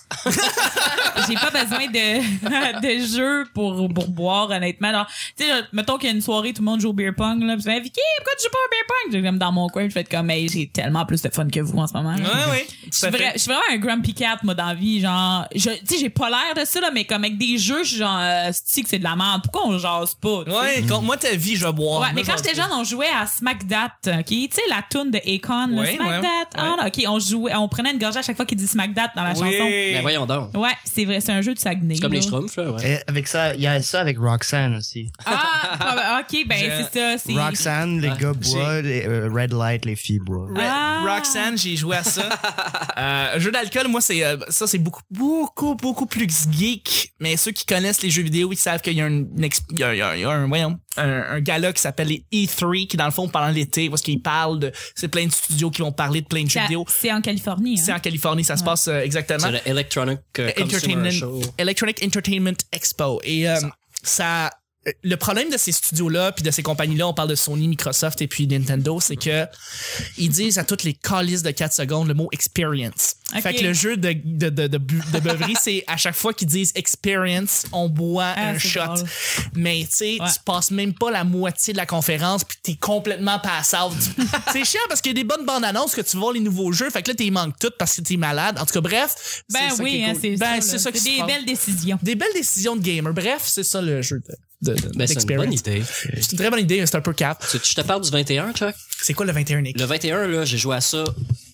[SPEAKER 4] J'ai pas besoin de de jeux pour pour boire honnêtement. Alors, tu sais, mettons qu'il y a une soirée, tout le monde joue au beer pong là, puis tu fais Vicky, pourquoi tu joues pas au beer pong? Je comme dans mon coin, je fais comme hey, j'ai tellement plus de fun que vous en ce moment.
[SPEAKER 2] Ouais, ouais.
[SPEAKER 4] Je suis vra- je suis vraiment un grumpy cat moi dans la vie, genre je tu sais j'ai pas l'air de ça là, mais comme avec des jeux, je suis genre euh, c'est que c'est de la merde. Pourquoi on jase pas? tu sais?
[SPEAKER 2] Ouais, contre-moi ta vie, je vais boire.
[SPEAKER 4] Ouais, mais
[SPEAKER 2] Moi,
[SPEAKER 4] quand
[SPEAKER 2] je
[SPEAKER 4] j'étais
[SPEAKER 2] vais-
[SPEAKER 4] jeune, on jouait à Smack That, OK? Tu sais, la toune de Akon, là,
[SPEAKER 2] Ouais,
[SPEAKER 4] Smack
[SPEAKER 2] ouais,
[SPEAKER 4] That. Ah, là, OK, on jouait, on prenait une gorgée à chaque fois qu'il dit Smack That dans la
[SPEAKER 2] Oui.
[SPEAKER 4] chanson.
[SPEAKER 3] Ben voyons donc.
[SPEAKER 4] Ouais, c'est vrai, c'est un jeu de Saguenay.
[SPEAKER 3] C'est comme
[SPEAKER 4] là.
[SPEAKER 3] les Schtroumpfs, là, ouais.
[SPEAKER 1] Et avec ça, il y a ça avec Roxanne aussi.
[SPEAKER 4] Ah, ah, OK, ben
[SPEAKER 2] Je-
[SPEAKER 4] c'est ça. C'est...
[SPEAKER 1] Roxanne, les
[SPEAKER 3] Ah,
[SPEAKER 1] gars boivent, les, euh, Red Light, les filles boivent.
[SPEAKER 2] Red-
[SPEAKER 4] Ah.
[SPEAKER 2] Roxanne, j'ai joué à ça. euh, jeu d'alcool, moi, c'est euh, ça, c'est beaucoup, beaucoup, beaucoup plus geek. Mais ceux qui connaissent les jeux vidéo, ils savent qu'il y a un, une exp- il y a, il y a- il y a un, voyons, un, un gala qui s'appelle les E trois, qui dans le fond pendant l'été, parce qu'ils parlent de, c'est plein de studios qui vont parler de plein de jeux
[SPEAKER 4] Ça-
[SPEAKER 2] vidéo.
[SPEAKER 4] c'est en Californie.
[SPEAKER 2] C'est
[SPEAKER 4] Hein?
[SPEAKER 2] en Californie, ça se
[SPEAKER 4] Ouais.
[SPEAKER 2] passe euh, exactement.
[SPEAKER 3] C'est le Electronic euh, Consumer
[SPEAKER 2] Entertainment,
[SPEAKER 3] Show.
[SPEAKER 2] Electronic Entertainment Expo. Et euh, ça, le problème de ces studios-là, puis de ces compagnies-là, on parle de Sony, Microsoft et puis Nintendo, c'est que ils disent à toutes les calices de quatre secondes le mot experience.
[SPEAKER 4] Ok.
[SPEAKER 2] Fait que le jeu de, de, de, de, bu- de beuverie, c'est à chaque fois qu'ils disent experience, on boit
[SPEAKER 4] Ah,
[SPEAKER 2] un
[SPEAKER 4] c'est
[SPEAKER 2] shot.
[SPEAKER 4] drôle.
[SPEAKER 2] Mais tu sais,
[SPEAKER 4] Ouais.
[SPEAKER 2] tu passes même pas la moitié de la conférence puis t'es complètement pass out. C'est chiant parce qu'il y a des bonnes bandes annonces que tu vois les nouveaux jeux. Fait que là, t'es manques toutes parce que t'es malade. En tout cas, bref.
[SPEAKER 4] Ben
[SPEAKER 2] c'est ça qui
[SPEAKER 4] oui,
[SPEAKER 2] est
[SPEAKER 4] hein,
[SPEAKER 2] cool.
[SPEAKER 4] c'est
[SPEAKER 2] ben,
[SPEAKER 4] ça.
[SPEAKER 2] c'est
[SPEAKER 4] là.
[SPEAKER 2] ça qui
[SPEAKER 4] C'est
[SPEAKER 2] se
[SPEAKER 4] des
[SPEAKER 2] passe.
[SPEAKER 4] belles décisions.
[SPEAKER 2] Des belles décisions de gamer. Bref, c'est ça le jeu de, de, de-
[SPEAKER 3] Ben, c'est une
[SPEAKER 2] d'experience.
[SPEAKER 3] bonne idée.
[SPEAKER 2] C'est une très bonne idée, c'est un peu cap.
[SPEAKER 3] Tu- Je te parle du vingt et un, Chuck?
[SPEAKER 2] C'est quoi le vingt et un, Nick?
[SPEAKER 3] Le vingt et un, là, j'ai joué à ça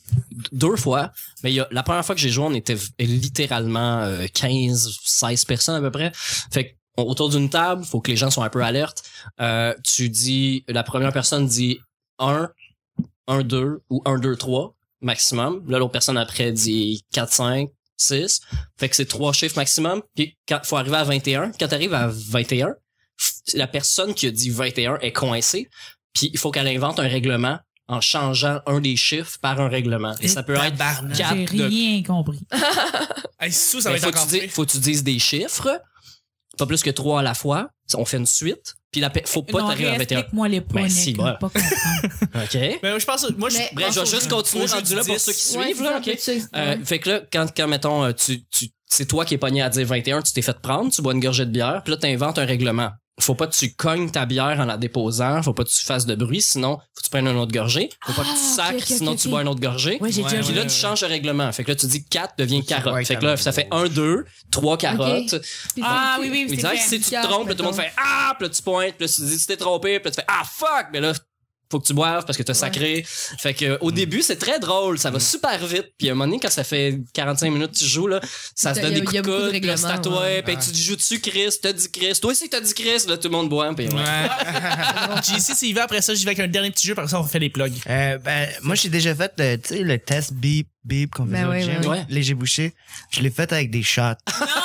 [SPEAKER 3] deux fois. Mais il y a, la première fois que j'ai joué, on était v- littéralement euh, quinze, seize personnes à peu près. Fait que on- autour d'une table, faut que les gens soient un peu alertes. Euh, tu dis, la première personne dit un, un, deux ou un, deux, trois maximum. Là, l'autre personne après dit quatre, cinq, six. Fait que c'est trois chiffres maximum. Puis quand faut arriver à vingt et un, quand t'arrives à vingt et un, f- la personne qui a dit vingt et un est coincée. Puis il faut qu'elle invente un règlement en changeant un des chiffres par un règlement. Et ça peut être
[SPEAKER 2] Tabarnak.
[SPEAKER 3] quatre
[SPEAKER 4] J'ai
[SPEAKER 3] de-
[SPEAKER 4] rien compris.
[SPEAKER 2] Hey, sous, ça va
[SPEAKER 3] Ben,
[SPEAKER 2] être
[SPEAKER 3] faut, que
[SPEAKER 2] encore
[SPEAKER 3] tu dis,
[SPEAKER 2] pire.
[SPEAKER 3] faut que tu dises des chiffres, pas plus que trois à la fois. On fait une suite. Puis la pe- faut pas
[SPEAKER 4] non,
[SPEAKER 3] t'arriver à vingt et un.
[SPEAKER 4] explique-moi les pas,
[SPEAKER 3] Ben,
[SPEAKER 4] Nick,
[SPEAKER 3] si,
[SPEAKER 4] je veux
[SPEAKER 3] ouais.
[SPEAKER 4] pas comprendre.
[SPEAKER 3] OK.
[SPEAKER 2] Ben, je pense, moi, je,
[SPEAKER 5] Mais-
[SPEAKER 3] Bref, je vais juste continuer rendu là pour ceux qui
[SPEAKER 5] Ouais,
[SPEAKER 3] suivent,
[SPEAKER 5] c'est
[SPEAKER 3] là,
[SPEAKER 5] ça,
[SPEAKER 3] OK?
[SPEAKER 5] peut-être ça.
[SPEAKER 3] Euh, fait que là, quand, quand mettons, euh, tu, tu, c'est toi qui es pogné à dire vingt et un, tu t'es fait prendre, tu bois une gorgée de bière, puis là, t'inventes un règlement. Faut pas que tu cognes ta bière en la déposant, faut pas que tu fasses de bruit, sinon, faut que tu prennes une autre gorgée. Faut pas que tu
[SPEAKER 5] Ah,
[SPEAKER 3] sacs,
[SPEAKER 5] ok, ok,
[SPEAKER 3] sinon
[SPEAKER 5] ok,
[SPEAKER 3] tu
[SPEAKER 5] ok.
[SPEAKER 3] bois une autre gorgée.
[SPEAKER 5] Ouais, j'ai
[SPEAKER 2] Ouais,
[SPEAKER 5] déjà
[SPEAKER 3] Puis
[SPEAKER 5] vu.
[SPEAKER 3] là, tu changes le règlement. Fait que là, tu dis quatre devient carotte.
[SPEAKER 1] Ouais,
[SPEAKER 3] fait que là, ça fait un, deux, trois carottes.
[SPEAKER 5] Puis
[SPEAKER 4] Ah
[SPEAKER 5] donc,
[SPEAKER 4] oui, oui, c'est
[SPEAKER 3] Exact.
[SPEAKER 4] vrai.
[SPEAKER 3] Si tu te
[SPEAKER 5] Quatre,
[SPEAKER 3] trompes, là, tout le monde
[SPEAKER 5] mettons.
[SPEAKER 3] fait Ah! Puis là, tu pointes. Puis là, tu te dis Tu t'es trompé. Puis là, tu fais Ah, fuck! Mais là, faut que tu boives parce que t'as sacré. Fait que, au début, c'est très drôle. Ça va super vite. Puis à un moment donné, quand ça fait quarante-cinq minutes que tu joues, là, ça se
[SPEAKER 5] Il y a-
[SPEAKER 3] donne des
[SPEAKER 5] il
[SPEAKER 3] coups
[SPEAKER 5] y a
[SPEAKER 3] de
[SPEAKER 5] beaucoup de
[SPEAKER 3] coude. Puis là, c'est à
[SPEAKER 5] règlements,
[SPEAKER 3] toi.
[SPEAKER 5] ouais.
[SPEAKER 3] Puis tu dis Joues-tu Chris? T'as dit Chris. Toi aussi, t'as dit Chris. Là, tout le monde boit. Puis ouais.
[SPEAKER 2] Ouais. J C, s'il va après ça, j'y vais avec un dernier petit jeu, par ça, on fait les plugs.
[SPEAKER 1] Euh, ben, moi, j'ai déjà fait le, tu sais, le test beep, beep qu'on faisait
[SPEAKER 5] Ben
[SPEAKER 1] au
[SPEAKER 5] oui,
[SPEAKER 1] gym,
[SPEAKER 5] ben
[SPEAKER 3] oui.
[SPEAKER 1] léger bouché. Je l'ai fait avec des shots.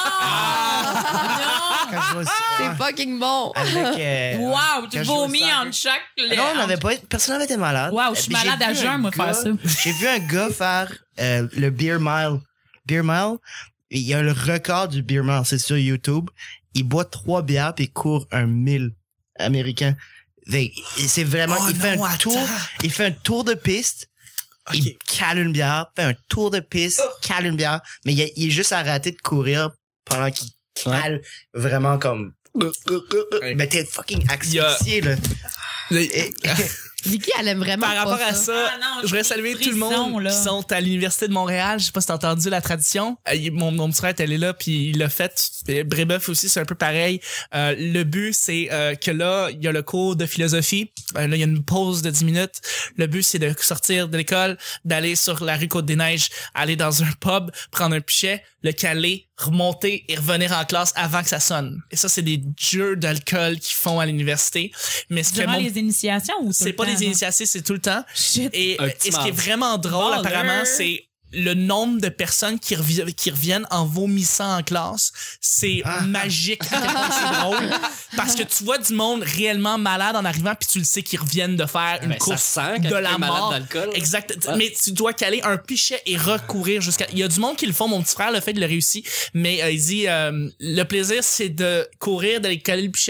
[SPEAKER 1] Quand je vais au-
[SPEAKER 5] C'est fucking bon.
[SPEAKER 1] avec, euh,
[SPEAKER 4] Wow,
[SPEAKER 1] quand
[SPEAKER 4] tu
[SPEAKER 1] je joue au
[SPEAKER 4] vomis
[SPEAKER 1] soccer.
[SPEAKER 4] en chaque.
[SPEAKER 1] Ah non, on avait pas, personne n'avait été malade.
[SPEAKER 4] Wow, je suis
[SPEAKER 1] Puis j'ai
[SPEAKER 4] malade à
[SPEAKER 1] vu
[SPEAKER 4] jeun,
[SPEAKER 1] un
[SPEAKER 4] moi,
[SPEAKER 1] gars-
[SPEAKER 4] faire ça.
[SPEAKER 1] J'ai vu un gars faire euh, le Beer Mile. Beer Mile, il y a le record du Beer Mile, c'est sur YouTube. Il boit trois bières puis il court un mille américain. Fait que C'est vraiment,
[SPEAKER 2] Oh
[SPEAKER 1] il fait
[SPEAKER 2] non,
[SPEAKER 1] un
[SPEAKER 2] attends.
[SPEAKER 1] tour, il fait un tour de piste.
[SPEAKER 2] Ok.
[SPEAKER 1] Il cale une bière, fait un tour de piste, cale une bière, mais il, il est juste arrêté de courir pendant qu'il cale vraiment comme... Mais t'es fucking asphyxié, là. Et-
[SPEAKER 5] Vicky, elle aime vraiment
[SPEAKER 2] Par rapport
[SPEAKER 5] pas
[SPEAKER 2] à
[SPEAKER 5] ça.
[SPEAKER 2] ça,
[SPEAKER 4] Ah non,
[SPEAKER 2] je voudrais
[SPEAKER 4] j'ai
[SPEAKER 2] saluer
[SPEAKER 4] des
[SPEAKER 2] tout le monde
[SPEAKER 4] frissons, là.
[SPEAKER 2] qui sont à l'Université de Montréal. Je sais pas si t'as entendu la tradition. Euh, il- mon, mon petit frère elle est là, puis il l'a fait. Et Brébeuf aussi, c'est un peu pareil. Euh, le but, c'est euh, que là, il y a le cours de philosophie. Euh, là, il y a une pause de dix minutes. Le but, c'est de sortir de l'école, d'aller sur la rue Côte-des-Neiges, aller dans un pub, prendre un pichet, le caler, remonter et revenir en classe avant que ça sonne. Et ça, c'est des jeux d'alcool qu'ils font à l'université. Mais ce que
[SPEAKER 4] Durant
[SPEAKER 2] mon...
[SPEAKER 4] les initiations ou tout
[SPEAKER 2] c'est
[SPEAKER 4] le
[SPEAKER 2] pas
[SPEAKER 4] temps,
[SPEAKER 2] des
[SPEAKER 4] genre?
[SPEAKER 2] initiations, c'est tout le temps.
[SPEAKER 4] Shit.
[SPEAKER 2] Et,
[SPEAKER 3] Un
[SPEAKER 2] et
[SPEAKER 3] petit
[SPEAKER 2] ce qui est
[SPEAKER 3] marde.
[SPEAKER 2] vraiment drôle,
[SPEAKER 4] Baller.
[SPEAKER 2] apparemment, c'est le nombre de personnes qui, revi- qui reviennent en vomissant en classe. C'est
[SPEAKER 1] Ah.
[SPEAKER 2] magique à quel point c'est drôle. Parce que tu vois du monde réellement malade en arrivant, puis tu le sais qu'ils reviennent de faire une
[SPEAKER 3] Ben, ça
[SPEAKER 2] course
[SPEAKER 3] se sent quand
[SPEAKER 2] de
[SPEAKER 3] t'es
[SPEAKER 2] la
[SPEAKER 3] malade
[SPEAKER 2] mort.
[SPEAKER 3] d'alcool.
[SPEAKER 2] Exact.
[SPEAKER 3] Ouais.
[SPEAKER 2] Mais tu dois caler un pichet et recourir jusqu'à... Il y a du monde qui le font. Mon petit frère le fait, il le réussit. Mais euh, il dit, euh, le plaisir, c'est de courir, d'aller caler le pichet,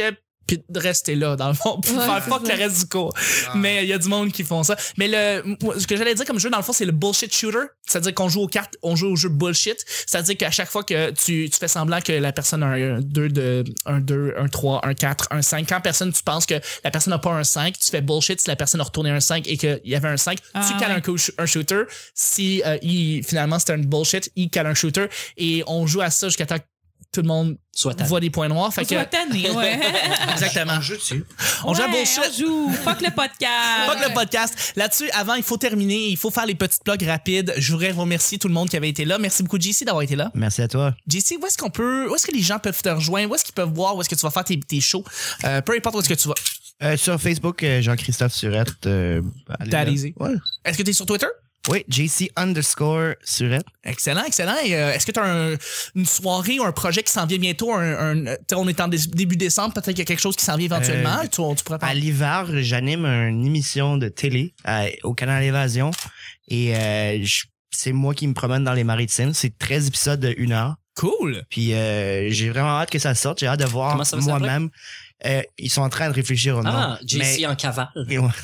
[SPEAKER 2] puis de rester là, dans le fond, puis
[SPEAKER 5] Ouais,
[SPEAKER 2] faire
[SPEAKER 5] c'est
[SPEAKER 2] fuck
[SPEAKER 5] ça.
[SPEAKER 2] le reste du cours. Mais il y a du monde qui font ça. Mais le, ce que j'allais dire comme jeu, dans le fond, c'est le bullshit shooter. C'est-à-dire qu'on joue aux cartes, on joue au jeu bullshit. C'est-à-dire qu'à chaque fois que tu, tu fais semblant que la personne a un deux de, un deux, un trois, un quatre, un cinq, quand personne, tu penses que la personne n'a pas un cinq, tu fais bullshit si la personne a retourné un cinq et qu'il y avait un cinq,
[SPEAKER 4] Ah,
[SPEAKER 2] tu cales
[SPEAKER 4] ouais.
[SPEAKER 2] un, coup- un shooter. Si, euh, il, finalement, c'était un bullshit, il cale un shooter et on joue à ça jusqu'à temps que tout le monde
[SPEAKER 3] Soit tanné.
[SPEAKER 2] voit des points noirs. Fait
[SPEAKER 4] On
[SPEAKER 2] que,
[SPEAKER 4] soit tanné, ouais.
[SPEAKER 2] exactement.
[SPEAKER 1] On joue dessus.
[SPEAKER 2] On joue à
[SPEAKER 4] Ouais,
[SPEAKER 2] bullshit.
[SPEAKER 4] On joue. Fuck le podcast.
[SPEAKER 2] Fuck le podcast. Là-dessus, avant, il faut terminer. Il faut faire les petites plugs rapides. Je voudrais remercier tout le monde qui avait été là. Merci beaucoup, J C, d'avoir été là.
[SPEAKER 1] Merci à toi.
[SPEAKER 2] J C, où est-ce qu'on peut, où est-ce que les gens peuvent te rejoindre? Où est-ce qu'ils peuvent voir? Où est-ce que tu vas faire tes, tes shows? Euh, peu importe où est-ce que tu vas.
[SPEAKER 1] Euh, sur Facebook, euh, Jean-Christophe Surette. Euh, allez
[SPEAKER 2] T'as
[SPEAKER 1] là.
[SPEAKER 2] easy.
[SPEAKER 1] Ouais.
[SPEAKER 2] Est-ce que t'es sur Twitter?
[SPEAKER 1] Oui, J C underscore Surette.
[SPEAKER 2] Excellent, excellent. Et, euh, est-ce que tu as un, une soirée ou un projet qui s'en vient bientôt? Un, un, t'sais, on est en dé- début décembre, peut-être qu'il y a quelque chose qui s'en vient éventuellement.
[SPEAKER 1] Euh,
[SPEAKER 2] tu, tu pourrais
[SPEAKER 1] À
[SPEAKER 2] parler.
[SPEAKER 1] l'hiver, j'anime une émission de télé euh, au canal Évasion. Et euh, je- c'est moi qui me promène dans les maritimes. C'est treize épisodes de une heure.
[SPEAKER 2] Cool.
[SPEAKER 1] Puis euh, j'ai vraiment hâte que ça sorte. J'ai hâte de voir
[SPEAKER 3] Comment ça va s'appeler?
[SPEAKER 1] moi-même. Euh, ils sont en train de réfléchir au nom.
[SPEAKER 3] Ah, J C
[SPEAKER 1] mais-
[SPEAKER 3] en cavale.
[SPEAKER 1] et ouais.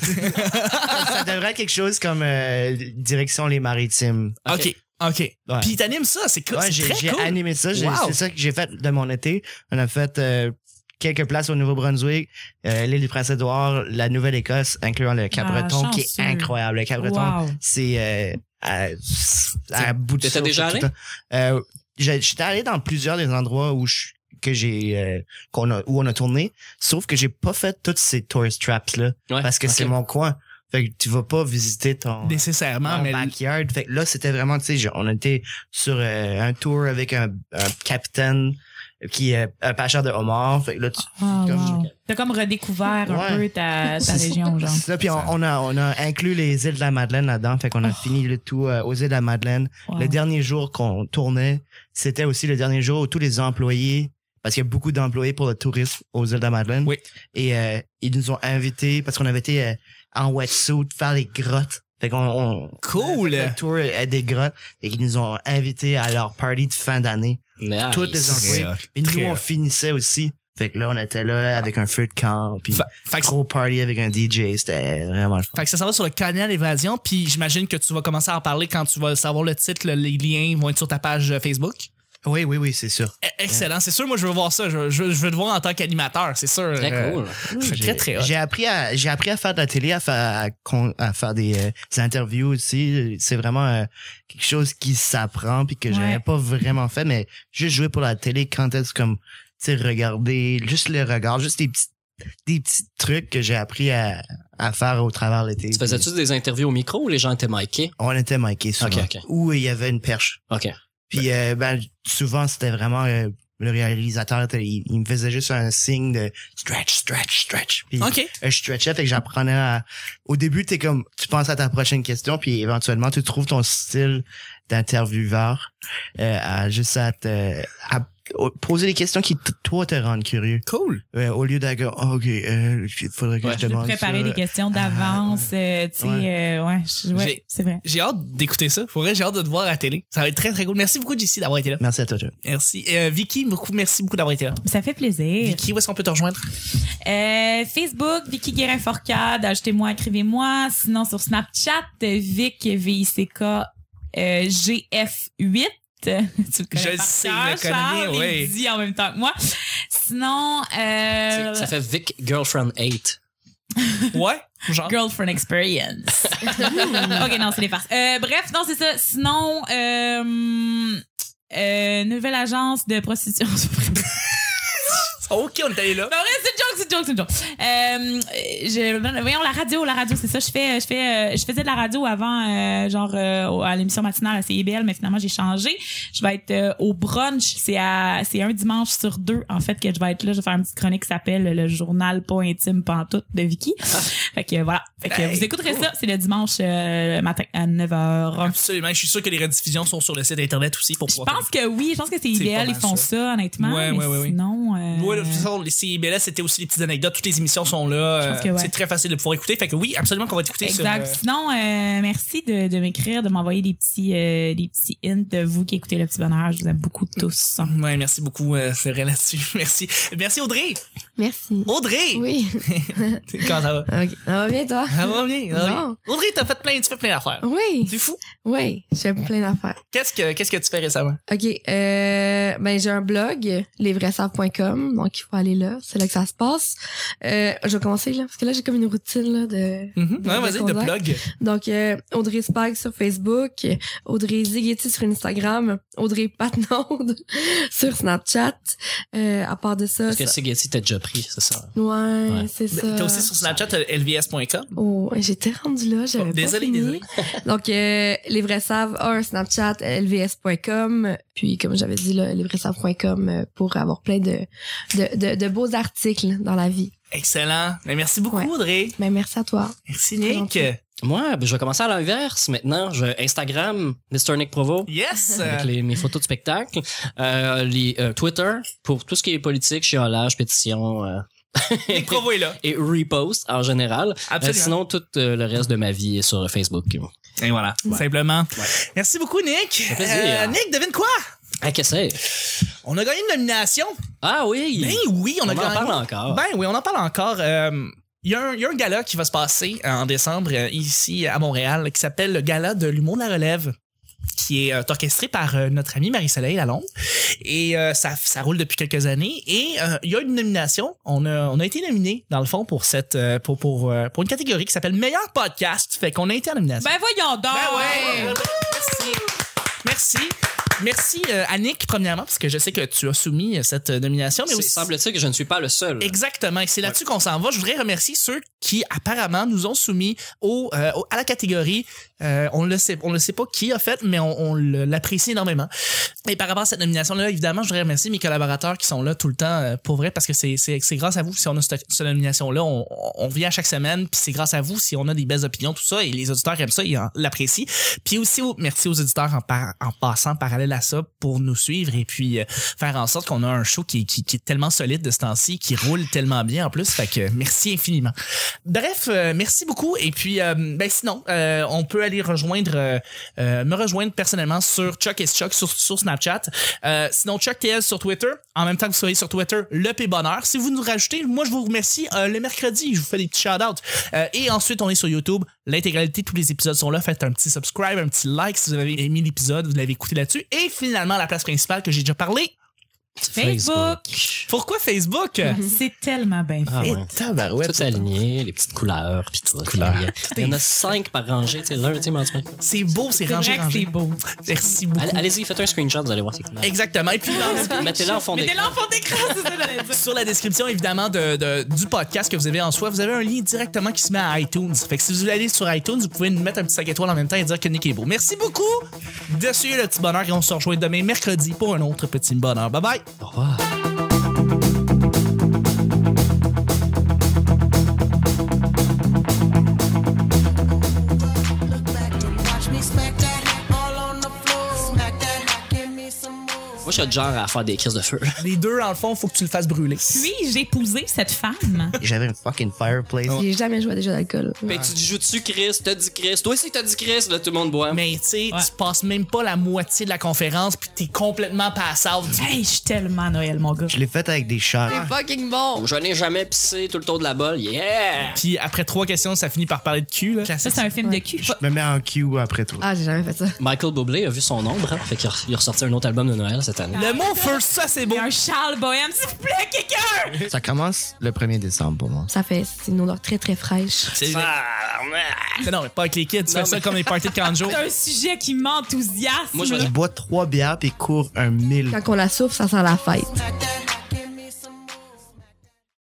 [SPEAKER 1] Ça devrait être quelque chose comme euh, direction les maritimes.
[SPEAKER 2] OK. OK.
[SPEAKER 1] Ouais.
[SPEAKER 2] Puis t'animes ça, c'est cool.
[SPEAKER 1] Ouais,
[SPEAKER 2] c'est
[SPEAKER 1] j'ai
[SPEAKER 2] très
[SPEAKER 1] j'ai
[SPEAKER 2] cool.
[SPEAKER 1] animé ça. J'ai-
[SPEAKER 2] Wow.
[SPEAKER 1] C'est ça que j'ai fait de mon été. On a fait euh, quelques places au Nouveau-Brunswick, euh, l'île du Prince-Édouard, la Nouvelle-Écosse, incluant le Cap-Breton,
[SPEAKER 4] Ah,
[SPEAKER 1] qui est
[SPEAKER 4] chanceux.
[SPEAKER 1] incroyable. Le Cap-Breton,
[SPEAKER 4] Wow.
[SPEAKER 1] c'est euh, à, à bout de
[SPEAKER 3] T'étais
[SPEAKER 1] souffle
[SPEAKER 3] déjà
[SPEAKER 1] tout
[SPEAKER 3] allé?
[SPEAKER 1] le temps. Euh, j'ai- J'étais allé dans plusieurs des endroits où je que j'ai euh, qu'on a où on a tourné, sauf que j'ai pas fait toutes ces tourist traps là
[SPEAKER 3] Ouais,
[SPEAKER 1] parce que
[SPEAKER 3] ok.
[SPEAKER 1] c'est mon coin. Fait que tu vas pas visiter ton
[SPEAKER 2] Nécessairement,
[SPEAKER 1] mon
[SPEAKER 2] mais
[SPEAKER 1] backyard. Fait que là, c'était vraiment, tu sais, genre, on était sur euh, un tour avec un, un capitaine qui est un pêcheur de homards. Fait que là, tu,
[SPEAKER 4] Oh,
[SPEAKER 1] comme-
[SPEAKER 4] wow. T'as comme redécouvert un
[SPEAKER 1] Ouais.
[SPEAKER 4] peu ta, ta
[SPEAKER 1] C'est-
[SPEAKER 4] région, genre.
[SPEAKER 1] c'est ça. Puis on, on a on a inclus les îles de la Madeleine là-dedans. Fait qu'on a
[SPEAKER 4] Oh.
[SPEAKER 1] fini le tout euh, aux îles de la Madeleine.
[SPEAKER 4] Wow.
[SPEAKER 1] Le dernier jour qu'on tournait, c'était aussi le dernier jour où tous les employés, parce qu'il y a beaucoup d'employés pour le tourisme aux îles de la Madeleine.
[SPEAKER 2] Oui.
[SPEAKER 1] Et euh, ils nous ont invités, parce qu'on avait été euh, en wetsuit faire les grottes. Fait qu'on on,
[SPEAKER 2] Cool.
[SPEAKER 1] on a fait le tour à des grottes et qu'ils nous ont invités à leur party de fin d'année.
[SPEAKER 3] Nice.
[SPEAKER 1] Toutes les employés. Et nous,
[SPEAKER 2] Très
[SPEAKER 1] on
[SPEAKER 2] hot.
[SPEAKER 1] finissait aussi. Fait que là, on était là avec un feu de camp, puis
[SPEAKER 2] Fa- fait que-
[SPEAKER 1] gros party avec un D J. C'était vraiment le fun.
[SPEAKER 2] Fait que ça s'en va sur le canal Évasion, puis j'imagine que tu vas commencer à en parler quand tu vas savoir le titre, le- les liens vont être sur ta page euh, Facebook.
[SPEAKER 1] Oui, oui, oui, c'est sûr.
[SPEAKER 2] E- Excellent, c'est sûr, moi je veux voir ça, je, je, je veux te voir en tant qu'animateur, c'est sûr.
[SPEAKER 3] Très
[SPEAKER 2] Euh,
[SPEAKER 3] cool.
[SPEAKER 2] c'est très très hot.
[SPEAKER 1] J'ai appris à j'ai appris à faire de la télé, à faire à, con- à faire des, euh, des interviews aussi. C'est vraiment euh, quelque chose qui s'apprend puis que
[SPEAKER 4] Ouais.
[SPEAKER 1] j'avais pas vraiment fait, mais juste jouer pour la télé quand est-ce comme tu sais regarder juste le regard, juste des petits des petits trucs que j'ai appris à, à faire au travers l'été.
[SPEAKER 3] Tu faisais-tu des interviews au micro ou les gens étaient micés?
[SPEAKER 1] On était micés souvent.
[SPEAKER 3] Ok, ok.
[SPEAKER 1] Ou il y avait une perche.
[SPEAKER 3] OK.
[SPEAKER 1] Puis euh, ben souvent c'était vraiment euh, le réalisateur il, il me faisait juste un signe de stretch stretch stretch. Puis
[SPEAKER 2] OK.
[SPEAKER 1] euh, je stretchais, fait que j'apprenais à... Au début, t'es comme, tu penses à ta prochaine question, puis éventuellement, tu trouves ton style d'intervieweur euh, à juste à te... à poser des questions qui, t- toi, te rendent curieux.
[SPEAKER 2] Cool.
[SPEAKER 1] Euh, au lieu d'aller, oh, OK, euh, il faudrait que
[SPEAKER 3] Ouais.
[SPEAKER 1] je te
[SPEAKER 4] De
[SPEAKER 1] demande
[SPEAKER 4] préparer
[SPEAKER 1] ça.
[SPEAKER 4] des questions d'avance, euh, tu sais,
[SPEAKER 1] ouais.
[SPEAKER 4] euh, ouais, je- ouais,
[SPEAKER 2] J'ai-
[SPEAKER 4] c'est vrai.
[SPEAKER 2] J'ai hâte d'écouter ça. Pour vrai, j'ai hâte de te voir à la télé. Ça va être très très cool. Merci beaucoup, J C, d'avoir été là.
[SPEAKER 1] Merci à toi, Joe.
[SPEAKER 2] Merci. Euh, Vicky, beaucoup, merci beaucoup d'avoir été là.
[SPEAKER 4] Ça fait plaisir.
[SPEAKER 2] Vicky, où est-ce qu'on peut te rejoindre?
[SPEAKER 4] Euh, Facebook, Vicky Guérin-Forcade, ajoutez-moi, écrivez-moi. Sinon, sur Snapchat, Vic, V I C K, euh, G F huit. Tu le connais
[SPEAKER 2] Je le
[SPEAKER 4] par
[SPEAKER 2] sais,
[SPEAKER 4] cœur,
[SPEAKER 2] je le connais
[SPEAKER 4] Charles,
[SPEAKER 2] bien, oui.
[SPEAKER 4] Il dit en même temps que moi. Sinon, euh,
[SPEAKER 3] Ça fait Vic Girlfriend eight.
[SPEAKER 2] Ouais? Genre.
[SPEAKER 4] Girlfriend Experience. Ok, non, c'est des farces. Euh, bref, non, c'est ça. Sinon, euh, euh, nouvelle agence de prostitution.
[SPEAKER 2] OK, on est allé là.
[SPEAKER 4] Non, c'est une joke, c'est une joke, c'est une joke. Euh, je, voyons, la radio, la radio, c'est ça. Je fais, je fais, euh, je faisais de la radio avant, euh, genre, euh, à l'émission matinale à C I B L, mais finalement, j'ai changé. Je vais être euh, au brunch. C'est à, c'est un dimanche sur deux, en fait, que je vais être là. Je vais faire une petite chronique qui s'appelle Le journal pas intime pantoute de Vicky. Fait que, voilà. Fait que,
[SPEAKER 2] Hey,
[SPEAKER 4] vous écouterez
[SPEAKER 2] cool.
[SPEAKER 4] ça. C'est le dimanche, euh, matin à neuf heures.
[SPEAKER 2] Absolument. Je suis sûr que les rediffusions sont sur le site internet aussi pour
[SPEAKER 4] Je
[SPEAKER 2] pouvoir.
[SPEAKER 4] pense que oui. Je pense que c'est I B
[SPEAKER 2] C'est pas
[SPEAKER 4] L. Ils
[SPEAKER 2] mal
[SPEAKER 4] font
[SPEAKER 2] ça.
[SPEAKER 4] ça, honnêtement.
[SPEAKER 2] Ouais,
[SPEAKER 4] mais
[SPEAKER 2] ouais, ouais, ouais.
[SPEAKER 4] sinon, euh,
[SPEAKER 2] Ouais, de toute façon, les C I B L, c'était aussi les petites anecdotes. Toutes les émissions sont là.
[SPEAKER 4] Je pense
[SPEAKER 2] Euh,
[SPEAKER 4] que ouais.
[SPEAKER 2] C'est très facile de pouvoir écouter. Fait que oui, absolument qu'on va t'écouter sur.
[SPEAKER 4] exact.
[SPEAKER 2] euh,
[SPEAKER 4] Sinon, euh, merci de, de m'écrire, de m'envoyer des petits, euh, des petits hints de vous qui écoutez Le Petit Bonheur. Je vous aime beaucoup tous.
[SPEAKER 2] Ouais, merci beaucoup. euh, c'est vrai là-dessus. Merci. Merci Audrey.
[SPEAKER 5] Merci.
[SPEAKER 2] Audrey!
[SPEAKER 5] Oui.
[SPEAKER 2] Comment ça va?
[SPEAKER 5] Ok. Ça va bien, toi?
[SPEAKER 2] Ça va bien. ça va bien.
[SPEAKER 5] Bon.
[SPEAKER 2] Audrey, t'as fait plein, tu fais plein d'affaires.
[SPEAKER 5] Oui.
[SPEAKER 2] C'est fou.
[SPEAKER 5] Oui. Je fais plein d'affaires.
[SPEAKER 2] Qu'est-ce que, qu'est-ce que tu fais récemment?
[SPEAKER 5] OK. Euh, ben, j'ai un blog, les vrais savent point com. Donc, il faut aller là. C'est là que ça se passe. Euh, je vais commencer, là. Parce que là, j'ai comme une routine, là, de...
[SPEAKER 2] Mm-hmm.
[SPEAKER 5] de
[SPEAKER 2] Ouais, vas-y, de
[SPEAKER 5] contact.
[SPEAKER 2] plug.
[SPEAKER 5] Donc, euh, Audrey Spag sur Facebook, Audrey Zighetti sur Instagram, Audrey Patnaud sur Snapchat. Euh, à part de ça...
[SPEAKER 3] Parce que
[SPEAKER 5] ça-
[SPEAKER 3] Sigeti t'a déjà pris, c'est ça.
[SPEAKER 5] Ouais,
[SPEAKER 3] Ouais.
[SPEAKER 5] c'est ça.
[SPEAKER 2] T'as aussi sur Snapchat euh, L V S point com.
[SPEAKER 5] Oh, j'étais rendue là, j'avais
[SPEAKER 2] Oh,
[SPEAKER 5] pas
[SPEAKER 2] désolé,
[SPEAKER 5] fini.
[SPEAKER 2] désolé.
[SPEAKER 5] Donc, euh, les vrais savent a un Snapchat, L V S point com. Puis, comme j'avais dit, là, les vrais savent point com euh, pour avoir plein de, de, de, de beaux articles dans la vie.
[SPEAKER 2] Excellent. Mais merci beaucoup,
[SPEAKER 5] Ouais.
[SPEAKER 2] Audrey.
[SPEAKER 5] Ben, merci à toi.
[SPEAKER 2] Merci,
[SPEAKER 5] Très
[SPEAKER 2] Nick.
[SPEAKER 5] gentil.
[SPEAKER 3] Moi, ben, je vais commencer à l'inverse maintenant. Je, Instagram, mister Nick Provo.
[SPEAKER 2] Yes!
[SPEAKER 3] Avec les, mes photos de spectacle. Euh, les, euh, Twitter, pour tout ce qui est politique, chiolage, pétition, euh,
[SPEAKER 2] Nick Provo est là.
[SPEAKER 3] et repost en général. Euh,
[SPEAKER 2] Absolument.
[SPEAKER 3] sinon, tout euh, le reste de ma vie est sur Facebook.
[SPEAKER 2] Et voilà,
[SPEAKER 5] Ouais.
[SPEAKER 2] simplement. Merci beaucoup, Nick.
[SPEAKER 3] fait plaisir.
[SPEAKER 2] Euh, Nick, devine quoi?
[SPEAKER 3] Ah, qu'est-ce que c'est?
[SPEAKER 2] On a gagné une nomination.
[SPEAKER 3] Ah oui!
[SPEAKER 2] Ben oui, on,
[SPEAKER 3] on
[SPEAKER 2] a
[SPEAKER 3] en
[SPEAKER 2] gagné.
[SPEAKER 3] parle encore.
[SPEAKER 2] Ben oui, on en parle encore. Euh, Il y, a un- il y a un gala qui va se passer en décembre euh, ici à Montréal qui s'appelle le Gala de l'humour de la relève, qui est euh, orchestré par euh, notre amie Marie-Soleil Lalonde. Et euh, ça, ça roule depuis quelques années. Et euh, il y a une nomination. On a, on a été nominé dans le fond pour cette euh, pour pour euh, pour une catégorie qui s'appelle meilleur podcast. Fait qu'on a été en nomination.
[SPEAKER 4] Ben voyons donc!
[SPEAKER 2] Ben ouais! Merci. Merci. Merci euh, à Nick, premièrement, parce que je sais que tu as soumis euh, cette euh, nomination. Mais
[SPEAKER 3] C'est-
[SPEAKER 2] aussi...
[SPEAKER 3] Semble-t-il que je ne suis pas le seul.
[SPEAKER 2] Exactement. Et c'est là-dessus qu'on s'en va. Je voudrais remercier ceux qui, apparemment, nous ont soumis au, euh, au- à la catégorie. Euh, on le sait, on le sait pas qui a fait, mais on, on le- l'apprécie énormément. Et par rapport à cette nomination-là, évidemment, je voudrais remercier mes collaborateurs qui sont là tout le temps, euh, pour vrai, parce que c'est, c'est, c'est grâce à vous si on a cette, cette nomination-là. On, on vient à chaque semaine, puis c'est grâce à vous si on a des belles opinions, tout ça, et les auditeurs aiment ça, ils en- l'apprécient. Puis aussi, au- merci aux auditeurs en, par- en passant parallèle à ça pour nous suivre et puis euh, faire en sorte qu'on a un show qui, qui, qui est tellement solide de ce temps-ci, qui roule tellement bien en plus. Fait que merci infiniment. Bref, euh, merci beaucoup. Et puis, euh, ben sinon, euh, on peut aller rejoindre, euh, euh, me rejoindre personnellement sur Chuck et Chuck sur, sur Snapchat. Euh, sinon, Chuck T L sur Twitter. En même temps que vous soyez sur Twitter, le P Bonheur. Si vous nous rajoutez, moi je vous remercie. Euh, le mercredi, je vous fais des petits shout-outs. Euh, et ensuite, on est sur YouTube. L'intégralité, tous les épisodes sont là. Faites un petit subscribe, un petit like si vous avez aimé l'épisode, vous l'avez écouté là-dessus. Et finalement, la place principale que j'ai déjà parlé.
[SPEAKER 4] Facebook.
[SPEAKER 2] Pourquoi Facebook?
[SPEAKER 4] C'est tellement bien fait.
[SPEAKER 3] Ah
[SPEAKER 2] Et
[SPEAKER 3] ouais.
[SPEAKER 2] tabarouette.
[SPEAKER 3] Tout aligné, les petites couleurs, puis tout.
[SPEAKER 2] Couleurs.
[SPEAKER 3] Il y en a cinq par rangée, tu sais, l'un, tu sais, mais
[SPEAKER 2] C'est beau, c'est
[SPEAKER 4] C'est
[SPEAKER 2] rangé,
[SPEAKER 4] vrai que
[SPEAKER 2] rangé.
[SPEAKER 4] c'est beau.
[SPEAKER 2] Merci beaucoup.
[SPEAKER 3] Allez- Allez-y, faites un screenshot, vous allez voir, c'est couleurs.
[SPEAKER 2] Exactement. Et puis, dans-
[SPEAKER 3] Mettez-le en fond
[SPEAKER 4] Mais
[SPEAKER 3] d'écran.
[SPEAKER 4] t'es l'enfant d'écran, c'est ça que j'allais dire.
[SPEAKER 2] sur la description, évidemment, de, de- du podcast que vous avez en soi, vous avez un lien directement qui se met à iTunes. Fait que si vous voulez aller sur iTunes, vous pouvez nous mettre un petit cinq étoiles en même temps et dire que Nick est beau. Merci beaucoup de suivre le petit bonheur et on se rejoint demain mercredi pour un autre petit bonheur. Bye bye!
[SPEAKER 3] Au revoir. Moi, je suis le genre à faire des crises de feu.
[SPEAKER 2] Les deux, en le fond, faut que tu le fasses brûler.
[SPEAKER 4] Puis-je épouser cette femme?
[SPEAKER 1] J'avais une fucking fireplace.
[SPEAKER 5] J'ai jamais joué à des jeux d'alcool.
[SPEAKER 3] Fait que tu dis, joues-tu Chris? T'as dit Chris? Toi aussi, t'as dit Chris? Là, tout le monde boit.
[SPEAKER 2] Mais tu sais,
[SPEAKER 4] Ouais.
[SPEAKER 2] tu passes même pas la moitié de la conférence puis t'es complètement pass out.
[SPEAKER 4] Hey, je suis tellement Noël, mon gars.
[SPEAKER 1] Je l'ai fait avec des chats.
[SPEAKER 5] C'est fucking bon!
[SPEAKER 3] Je n'ai jamais pissé tout le tour de la bolle. Yeah!
[SPEAKER 2] Puis après trois questions, ça finit par parler de cul. Là.
[SPEAKER 4] Ça, c'est un film de cul.
[SPEAKER 1] Je me mets en queue après toi.
[SPEAKER 5] Ah, j'ai jamais fait ça.
[SPEAKER 3] Michael Bublé a vu son ombre, hein? Fait qu'il a il a ressorti un autre album de Noël cette année.
[SPEAKER 2] Le mot first, ça c'est beau.
[SPEAKER 4] Un Charles Bohème, s'il vous plaît, quelqu'un!
[SPEAKER 1] Ça commence le premier décembre pour moi.
[SPEAKER 5] Ça fait, c'est une odeur très très fraîche.
[SPEAKER 2] C'est Mais non, mais pas avec les kids. Tu fais ça comme les parties de Kanjo.
[SPEAKER 4] C'est un sujet qui m'enthousiasme.
[SPEAKER 3] Moi, je vais-
[SPEAKER 1] Je bois trois bières puis cours un mille.
[SPEAKER 5] Quand on la souffle, ça sent la fête.
[SPEAKER 6] Like that